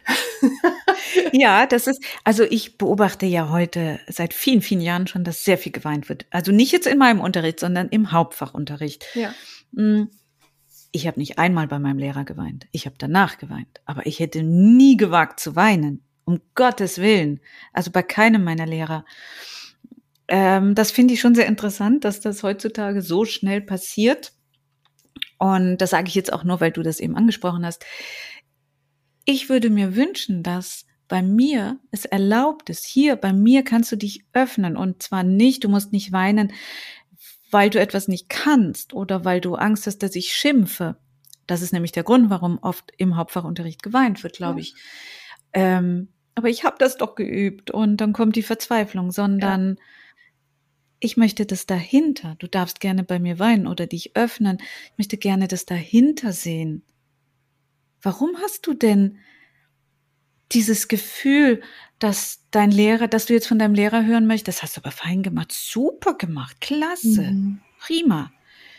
Ja, also ich beobachte ja heute seit vielen, vielen Jahren schon, dass sehr viel geweint wird. Also nicht jetzt in meinem Unterricht, sondern im Hauptfachunterricht. Ja. Ich habe nicht einmal bei meinem Lehrer geweint. Ich habe danach geweint. Aber ich hätte nie gewagt zu weinen. Um Gottes Willen. Also bei keinem meiner Lehrer. Das finde ich schon sehr interessant, dass das heutzutage so schnell passiert. Und das sage ich jetzt auch nur, weil du das eben angesprochen hast. Ich würde mir wünschen, dass bei mir es erlaubt ist, hier bei mir kannst du dich öffnen und zwar nicht, du musst nicht weinen, weil du etwas nicht kannst oder weil du Angst hast, dass ich schimpfe. Das ist nämlich der Grund, warum oft im Hauptfachunterricht geweint wird, glaube ich. Aber ich habe das doch geübt und dann kommt die Verzweiflung, sondern ich möchte das dahinter. Du darfst gerne bei mir weinen oder dich öffnen. Ich möchte gerne das dahinter sehen. Warum hast du denn dieses Gefühl, dass du jetzt von deinem Lehrer hören möchtest, das hast du aber fein gemacht, super gemacht, klasse, prima.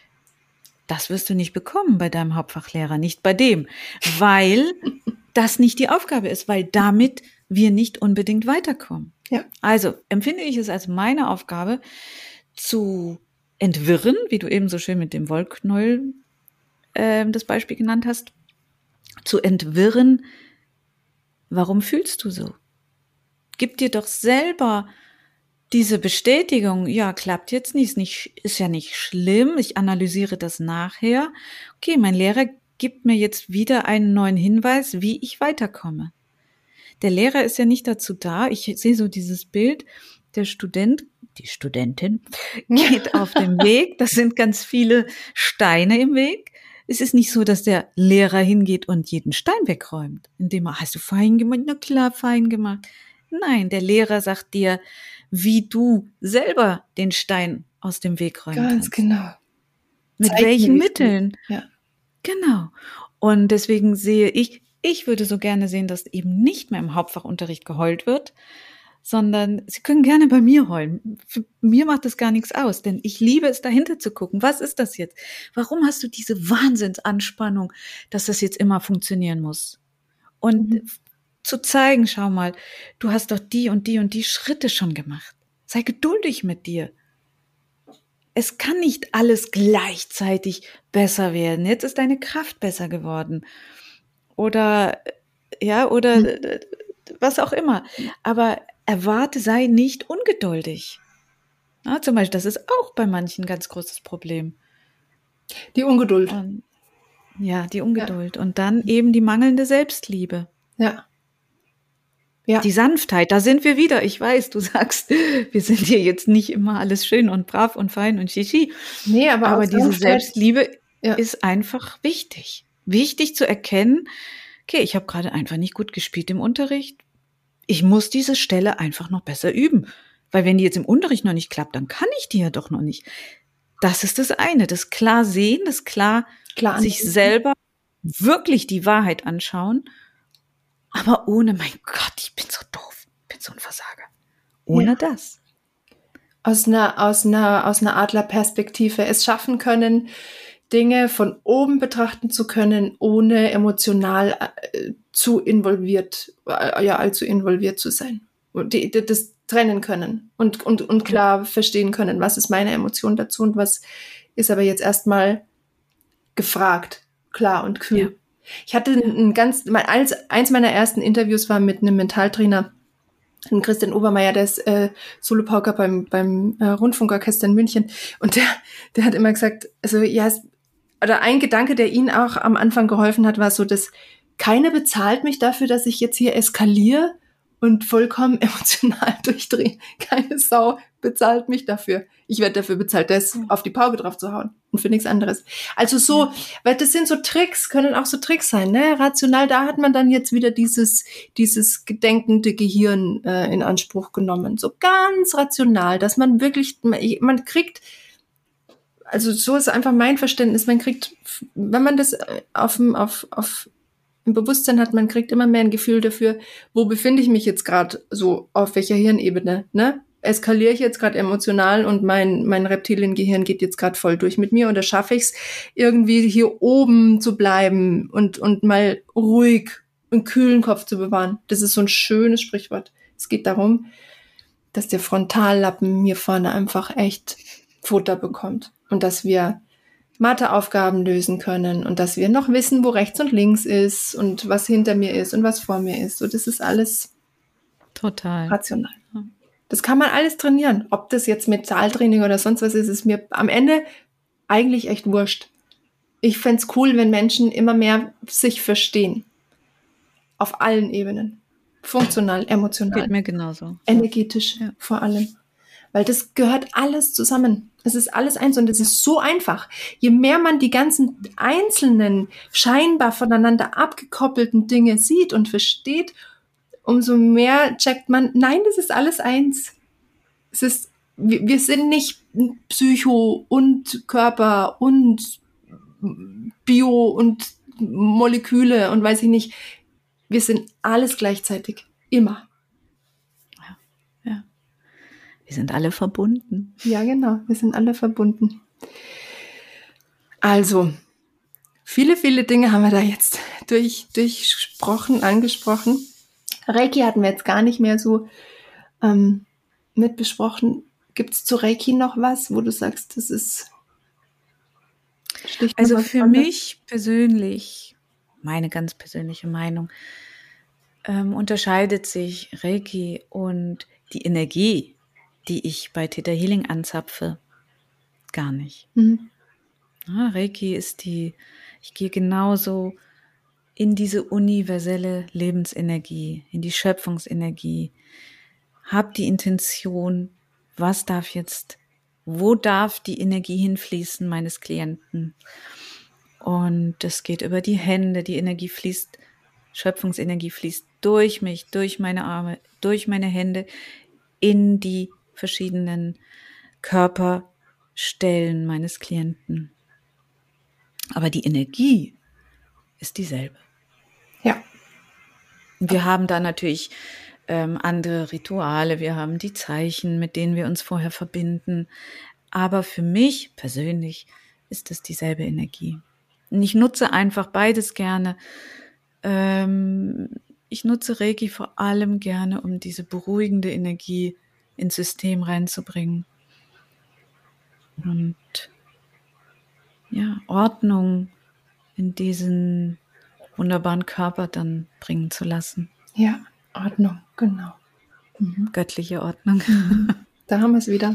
Das wirst du nicht bekommen bei deinem Hauptfachlehrer, nicht bei dem, weil das nicht die Aufgabe ist, weil damit wir nicht unbedingt weiterkommen. Ja. Also empfinde ich es als meine Aufgabe, zu entwirren, wie du eben so schön mit dem Wollknäuel das Beispiel genannt hast, zu entwirren, warum fühlst du so? Gib dir doch selber diese Bestätigung, ja, klappt jetzt nicht, ist ja nicht schlimm, ich analysiere das nachher. Okay, mein Lehrer gibt mir jetzt wieder einen neuen Hinweis, wie ich weiterkomme. Der Lehrer ist ja nicht dazu da, ich sehe so dieses Bild, der Student, die Studentin geht auf dem Weg, das sind ganz viele Steine im Weg. Es ist nicht so, dass der Lehrer hingeht und jeden Stein wegräumt, indem hast du fein gemacht? Na klar, fein gemacht. Nein, der Lehrer sagt dir, wie du selber den Stein aus dem Weg räumen kannst. Ganz genau. Mit welchen Mitteln? Ja. Genau. Und deswegen sehe ich, Ich würde so gerne sehen, dass eben nicht mehr im Hauptfachunterricht geheult wird, sondern Sie können gerne bei mir heulen. Für mir macht das gar nichts aus, denn ich liebe es, dahinter zu gucken. Was ist das jetzt? Warum hast du diese Wahnsinnsanspannung, dass das jetzt immer funktionieren muss? Und zu zeigen, schau mal, du hast doch die und die und die Schritte schon gemacht. Sei geduldig mit dir. Es kann nicht alles gleichzeitig besser werden. Jetzt ist deine Kraft besser geworden. Oder was auch immer. Aber sei nicht ungeduldig. Ja, zum Beispiel, das ist auch bei manchen ein ganz großes Problem. Die Ungeduld. Und, die Ungeduld. Ja. Und dann eben die mangelnde Selbstliebe. Ja. Die Sanftheit, da sind wir wieder. Ich weiß, du sagst, wir sind hier jetzt nicht immer alles schön und brav und fein und shishi. Nee, aber diese Selbstliebe ist einfach wichtig. Wichtig zu erkennen, okay, ich habe gerade einfach nicht gut gespielt im Unterricht. Ich muss diese Stelle einfach noch besser üben. Weil wenn die jetzt im Unterricht noch nicht klappt, dann kann ich die ja doch noch nicht. Das ist das eine, das klar sehen, das klar sich selber wirklich die Wahrheit anschauen. Aber ohne, mein Gott, ich bin so doof, ich bin so ein Versager. Ohne das. Aus einer Adlerperspektive es schaffen können, Dinge von oben betrachten zu können, ohne emotional allzu involviert zu sein. Und das trennen können und klar verstehen können, was ist meine Emotion dazu und was ist aber jetzt erstmal gefragt, klar und kühl. Ja. Ich hatte eins meiner ersten Interviews war mit einem Mentaltrainer, Christian Obermeier, der ist Solopauker beim Rundfunkorchester in München, und der hat immer gesagt, also oder ein Gedanke, der ihn auch am Anfang geholfen hat, war so, dass keiner bezahlt mich dafür, dass ich jetzt hier eskaliere und vollkommen emotional durchdrehe. Keine Sau bezahlt mich dafür. Ich werde dafür bezahlt, das auf die Pauke drauf zu hauen und für nichts anderes. Also weil das sind so Tricks, können auch so Tricks sein, ne? Rational, da hat man dann jetzt wieder dieses gedenkende Gehirn in Anspruch genommen. So ganz rational, dass man wirklich, man kriegt, also so ist einfach mein Verständnis, man kriegt, wenn man das im Bewusstsein hat, man kriegt immer mehr ein Gefühl dafür, wo befinde ich mich jetzt gerade so, auf welcher Hirnebene, ne? Eskaliere ich jetzt gerade emotional und mein Reptiliengehirn geht jetzt gerade voll durch mit mir, oder schaffe ich es, irgendwie hier oben zu bleiben und mal ruhig einen kühlen Kopf zu bewahren. Das ist so ein schönes Sprichwort. Es geht darum, dass der Frontallappen hier vorne einfach echt Futter bekommt und dass wir Matheaufgaben lösen können und dass wir noch wissen, wo rechts und links ist und was hinter mir ist und was vor mir ist. So, das ist alles total rational. Das kann man alles trainieren. Ob das jetzt mit Zahltraining oder sonst was ist mir am Ende eigentlich echt wurscht. Ich fänd's cool, wenn Menschen immer mehr sich verstehen. Auf allen Ebenen. Funktional, emotional. Geht mir genauso. Energetisch vor allem. Weil das gehört alles zusammen. Es ist alles eins und es ist so einfach. Je mehr man die ganzen einzelnen, scheinbar voneinander abgekoppelten Dinge sieht und versteht, umso mehr checkt man, nein, das ist alles eins. Wir sind nicht Psycho und Körper und Bio und Moleküle und weiß ich nicht. Wir sind alles gleichzeitig. Immer. Ja. Wir sind alle verbunden. Ja, genau. Wir sind alle verbunden. Also, viele, viele Dinge haben wir da jetzt angesprochen. Reiki hatten wir jetzt gar nicht mehr so mit besprochen. Gibt es zu Reiki noch was, wo du sagst, das ist... Also für mich persönlich, meine ganz persönliche Meinung, unterscheidet sich Reiki und die Energie, die ich bei Theta Healing anzapfe, gar nicht. Ja, Reiki ist ich gehe genauso in diese universelle Lebensenergie, in die Schöpfungsenergie, habe die Intention, wo darf die Energie hinfließen meines Klienten? Und es geht über die Hände, die Energie fließt, Schöpfungsenergie fließt durch mich, durch meine Arme, durch meine Hände in die verschiedenen Körperstellen meines Klienten. Aber die Energie ist dieselbe. Ja. Wir haben da natürlich andere Rituale, wir haben die Zeichen, mit denen wir uns vorher verbinden. Aber für mich persönlich ist es dieselbe Energie. Und ich nutze einfach beides gerne. Ich nutze Reiki vor allem gerne, um diese beruhigende Energie ins System reinzubringen. Und ja, Ordnung in diesen wunderbaren Körper dann bringen zu lassen. Ja, Ordnung, genau. Göttliche Ordnung. Da haben wir es wieder.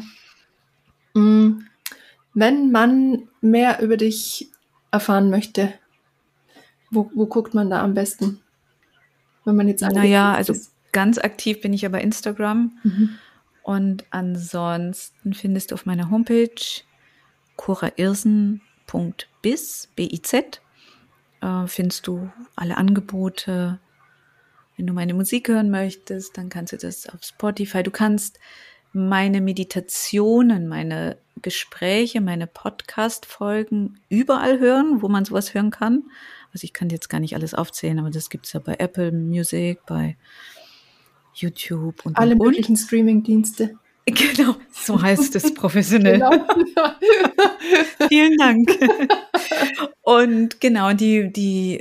Wenn man mehr über dich erfahren möchte, wo guckt man da am besten? Wenn man jetzt also ganz aktiv bin ich ja bei Instagram. Und ansonsten findest du auf meiner Homepage corairsen.biz, B-I-Z, findest du alle Angebote. Wenn du meine Musik hören möchtest, dann kannst du das auf Spotify. Du kannst meine Meditationen, meine Gespräche, meine Podcast-Folgen überall hören, wo man sowas hören kann. Also ich kann jetzt gar nicht alles aufzählen, aber das gibt es ja bei Apple Music, bei YouTube und alle möglichen Streaming-Dienste. Genau, so heißt es professionell. Genau. Vielen Dank. Und genau, die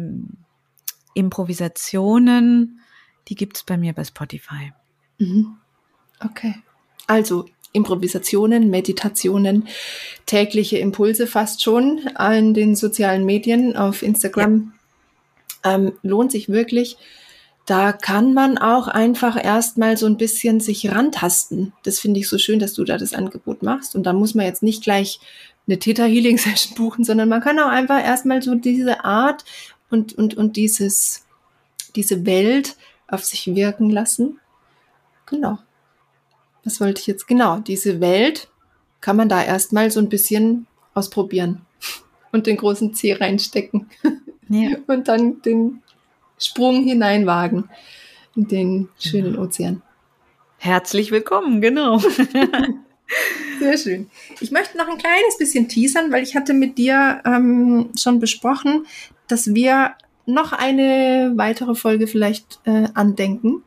Improvisationen, die gibt's bei mir bei Spotify. Okay. Also Improvisationen, Meditationen, tägliche Impulse fast schon in den sozialen Medien, auf Instagram. Ja. Lohnt sich wirklich. Da kann man auch einfach erstmal so ein bisschen sich rantasten. Das finde ich so schön, dass du da das Angebot machst. Und da muss man jetzt nicht gleich eine Theta-Healing-Session buchen, sondern man kann auch einfach erstmal so diese Art und diese Welt auf sich wirken lassen. Genau. Was wollte ich jetzt? Genau, diese Welt kann man da erstmal so ein bisschen ausprobieren und den großen Zeh reinstecken. Ja. Und dann den Sprung hineinwagen in den schönen Ozean. Herzlich willkommen, genau. Sehr schön. Ich möchte noch ein kleines bisschen teasern, weil ich hatte mit dir schon besprochen, dass wir noch eine weitere Folge vielleicht andenken.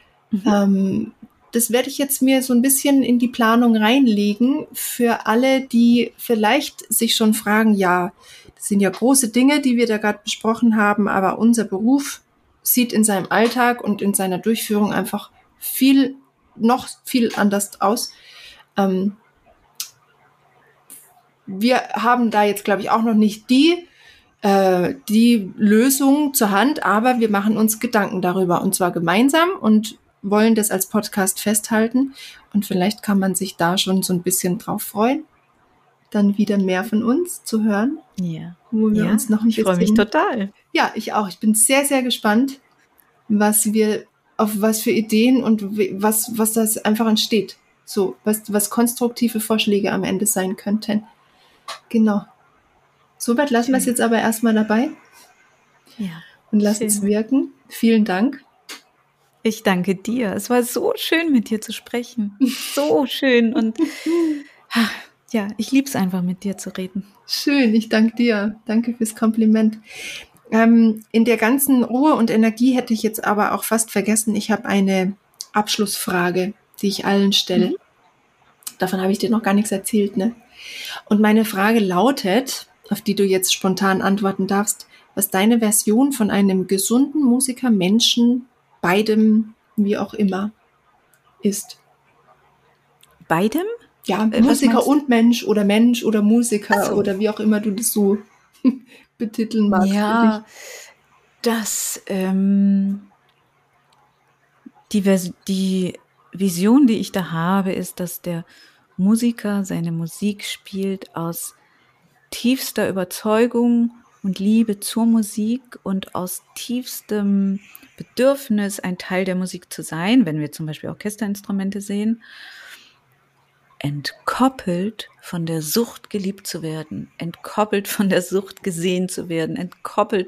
Das werde ich jetzt mir so ein bisschen in die Planung reinlegen für alle, die vielleicht sich schon fragen, ja, das sind ja große Dinge, die wir da gerade besprochen haben, aber unser Beruf sieht in seinem Alltag und in seiner Durchführung einfach noch viel anders aus. Wir haben da jetzt, glaube ich, auch noch nicht die Lösung zur Hand, aber wir machen uns Gedanken darüber und zwar gemeinsam und wollen das als Podcast festhalten und vielleicht kann man sich da schon so ein bisschen drauf freuen, dann wieder mehr von uns zu hören. Ja. Wo wir uns noch ein bisschen. Ich freue mich total. Ja, ich auch. Ich bin sehr, sehr gespannt, auf was für Ideen und was das einfach entsteht. So, was konstruktive Vorschläge am Ende sein könnten. Genau. Soweit lassen wir es jetzt aber erstmal dabei. Ja. Und lassen es wirken. Vielen Dank. Ich danke dir. Es war so schön, mit dir zu sprechen. So schön. Und ja, ich liebe es einfach, mit dir zu reden. Schön, ich danke dir. Danke fürs Kompliment. In der ganzen Ruhe und Energie hätte ich jetzt aber auch fast vergessen, ich habe eine Abschlussfrage, die ich allen stelle. Davon habe ich dir noch gar nichts erzählt, ne? Und meine Frage lautet, auf die du jetzt spontan antworten darfst, was deine Version von einem gesunden Musiker, Menschen, beidem, wie auch immer, ist. Beidem? Ja, Musiker und Mensch oder Musiker oder wie auch immer du das so betiteln magst. Ja, dass die Vision, die ich da habe, ist, dass der Musiker seine Musik spielt aus tiefster Überzeugung und Liebe zur Musik und aus tiefstem Bedürfnis, ein Teil der Musik zu sein, wenn wir zum Beispiel Orchesterinstrumente sehen, entkoppelt von der Sucht geliebt zu werden, entkoppelt von der Sucht gesehen zu werden, entkoppelt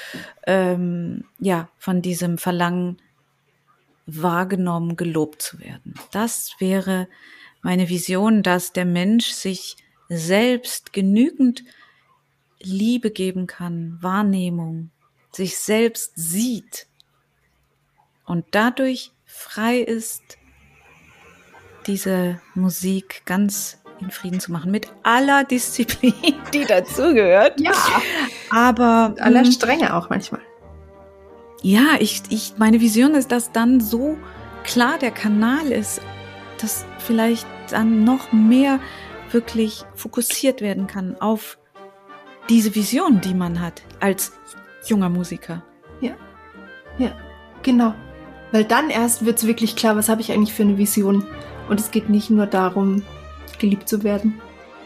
von diesem Verlangen wahrgenommen, gelobt zu werden. Das wäre meine Vision, dass der Mensch sich selbst genügend Liebe geben kann, Wahrnehmung, sich selbst sieht und dadurch frei ist, diese Musik ganz in Frieden zu machen, mit aller Disziplin, die dazugehört. Ja, aber mit aller Strenge auch manchmal. Ja, meine Vision ist, dass dann so klar der Kanal ist, dass vielleicht dann noch mehr wirklich fokussiert werden kann auf diese Vision, die man hat als junger Musiker. Ja, genau. Weil dann erst wird es wirklich klar, was habe ich eigentlich für eine Vision. Und es geht nicht nur darum, geliebt zu werden.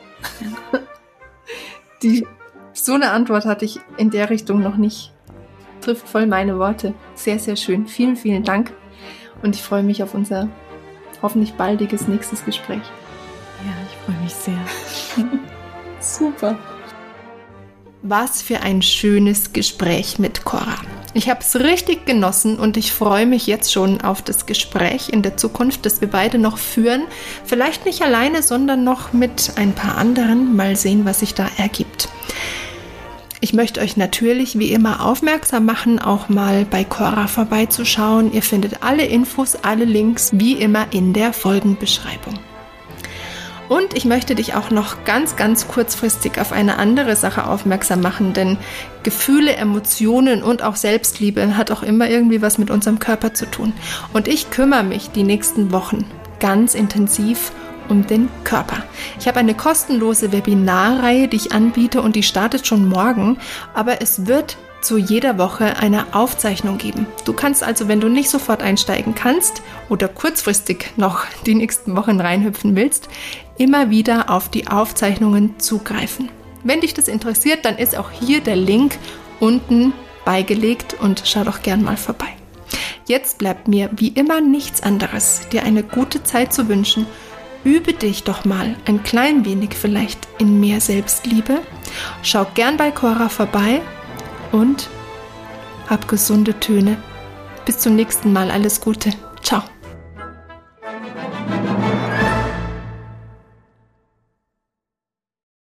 So eine Antwort hatte ich in der Richtung noch nicht. Trifft voll meine Worte. Sehr, sehr schön. Vielen, vielen Dank. Und ich freue mich auf unser hoffentlich baldiges nächstes Gespräch. Ja, ich freue mich sehr. Super. Was für ein schönes Gespräch mit Cora. Ich habe es richtig genossen und ich freue mich jetzt schon auf das Gespräch in der Zukunft, das wir beide noch führen. Vielleicht nicht alleine, sondern noch mit ein paar anderen. Mal sehen, was sich da ergibt. Ich möchte euch natürlich wie immer aufmerksam machen, auch mal bei Cora vorbeizuschauen. Ihr findet alle Infos, alle Links wie immer in der Folgenbeschreibung. Und ich möchte dich auch noch ganz, ganz kurzfristig auf eine andere Sache aufmerksam machen, denn Gefühle, Emotionen und auch Selbstliebe hat auch immer irgendwie was mit unserem Körper zu tun. Und ich kümmere mich die nächsten Wochen ganz intensiv um den Körper. Ich habe eine kostenlose Webinarreihe, die ich anbiete und die startet schon morgen, aber es wird zu jeder Woche eine Aufzeichnung geben. Du kannst also, wenn du nicht sofort einsteigen kannst oder kurzfristig noch die nächsten Wochen reinhüpfen willst, immer wieder auf die Aufzeichnungen zugreifen. Wenn dich das interessiert, dann ist auch hier der Link unten beigelegt und schau doch gern mal vorbei. Jetzt bleibt mir wie immer nichts anderes, dir eine gute Zeit zu wünschen. Übe dich doch mal ein klein wenig vielleicht in mehr Selbstliebe. Schau gern bei Cora vorbei. Und hab gesunde Töne. Bis zum nächsten Mal. Alles Gute.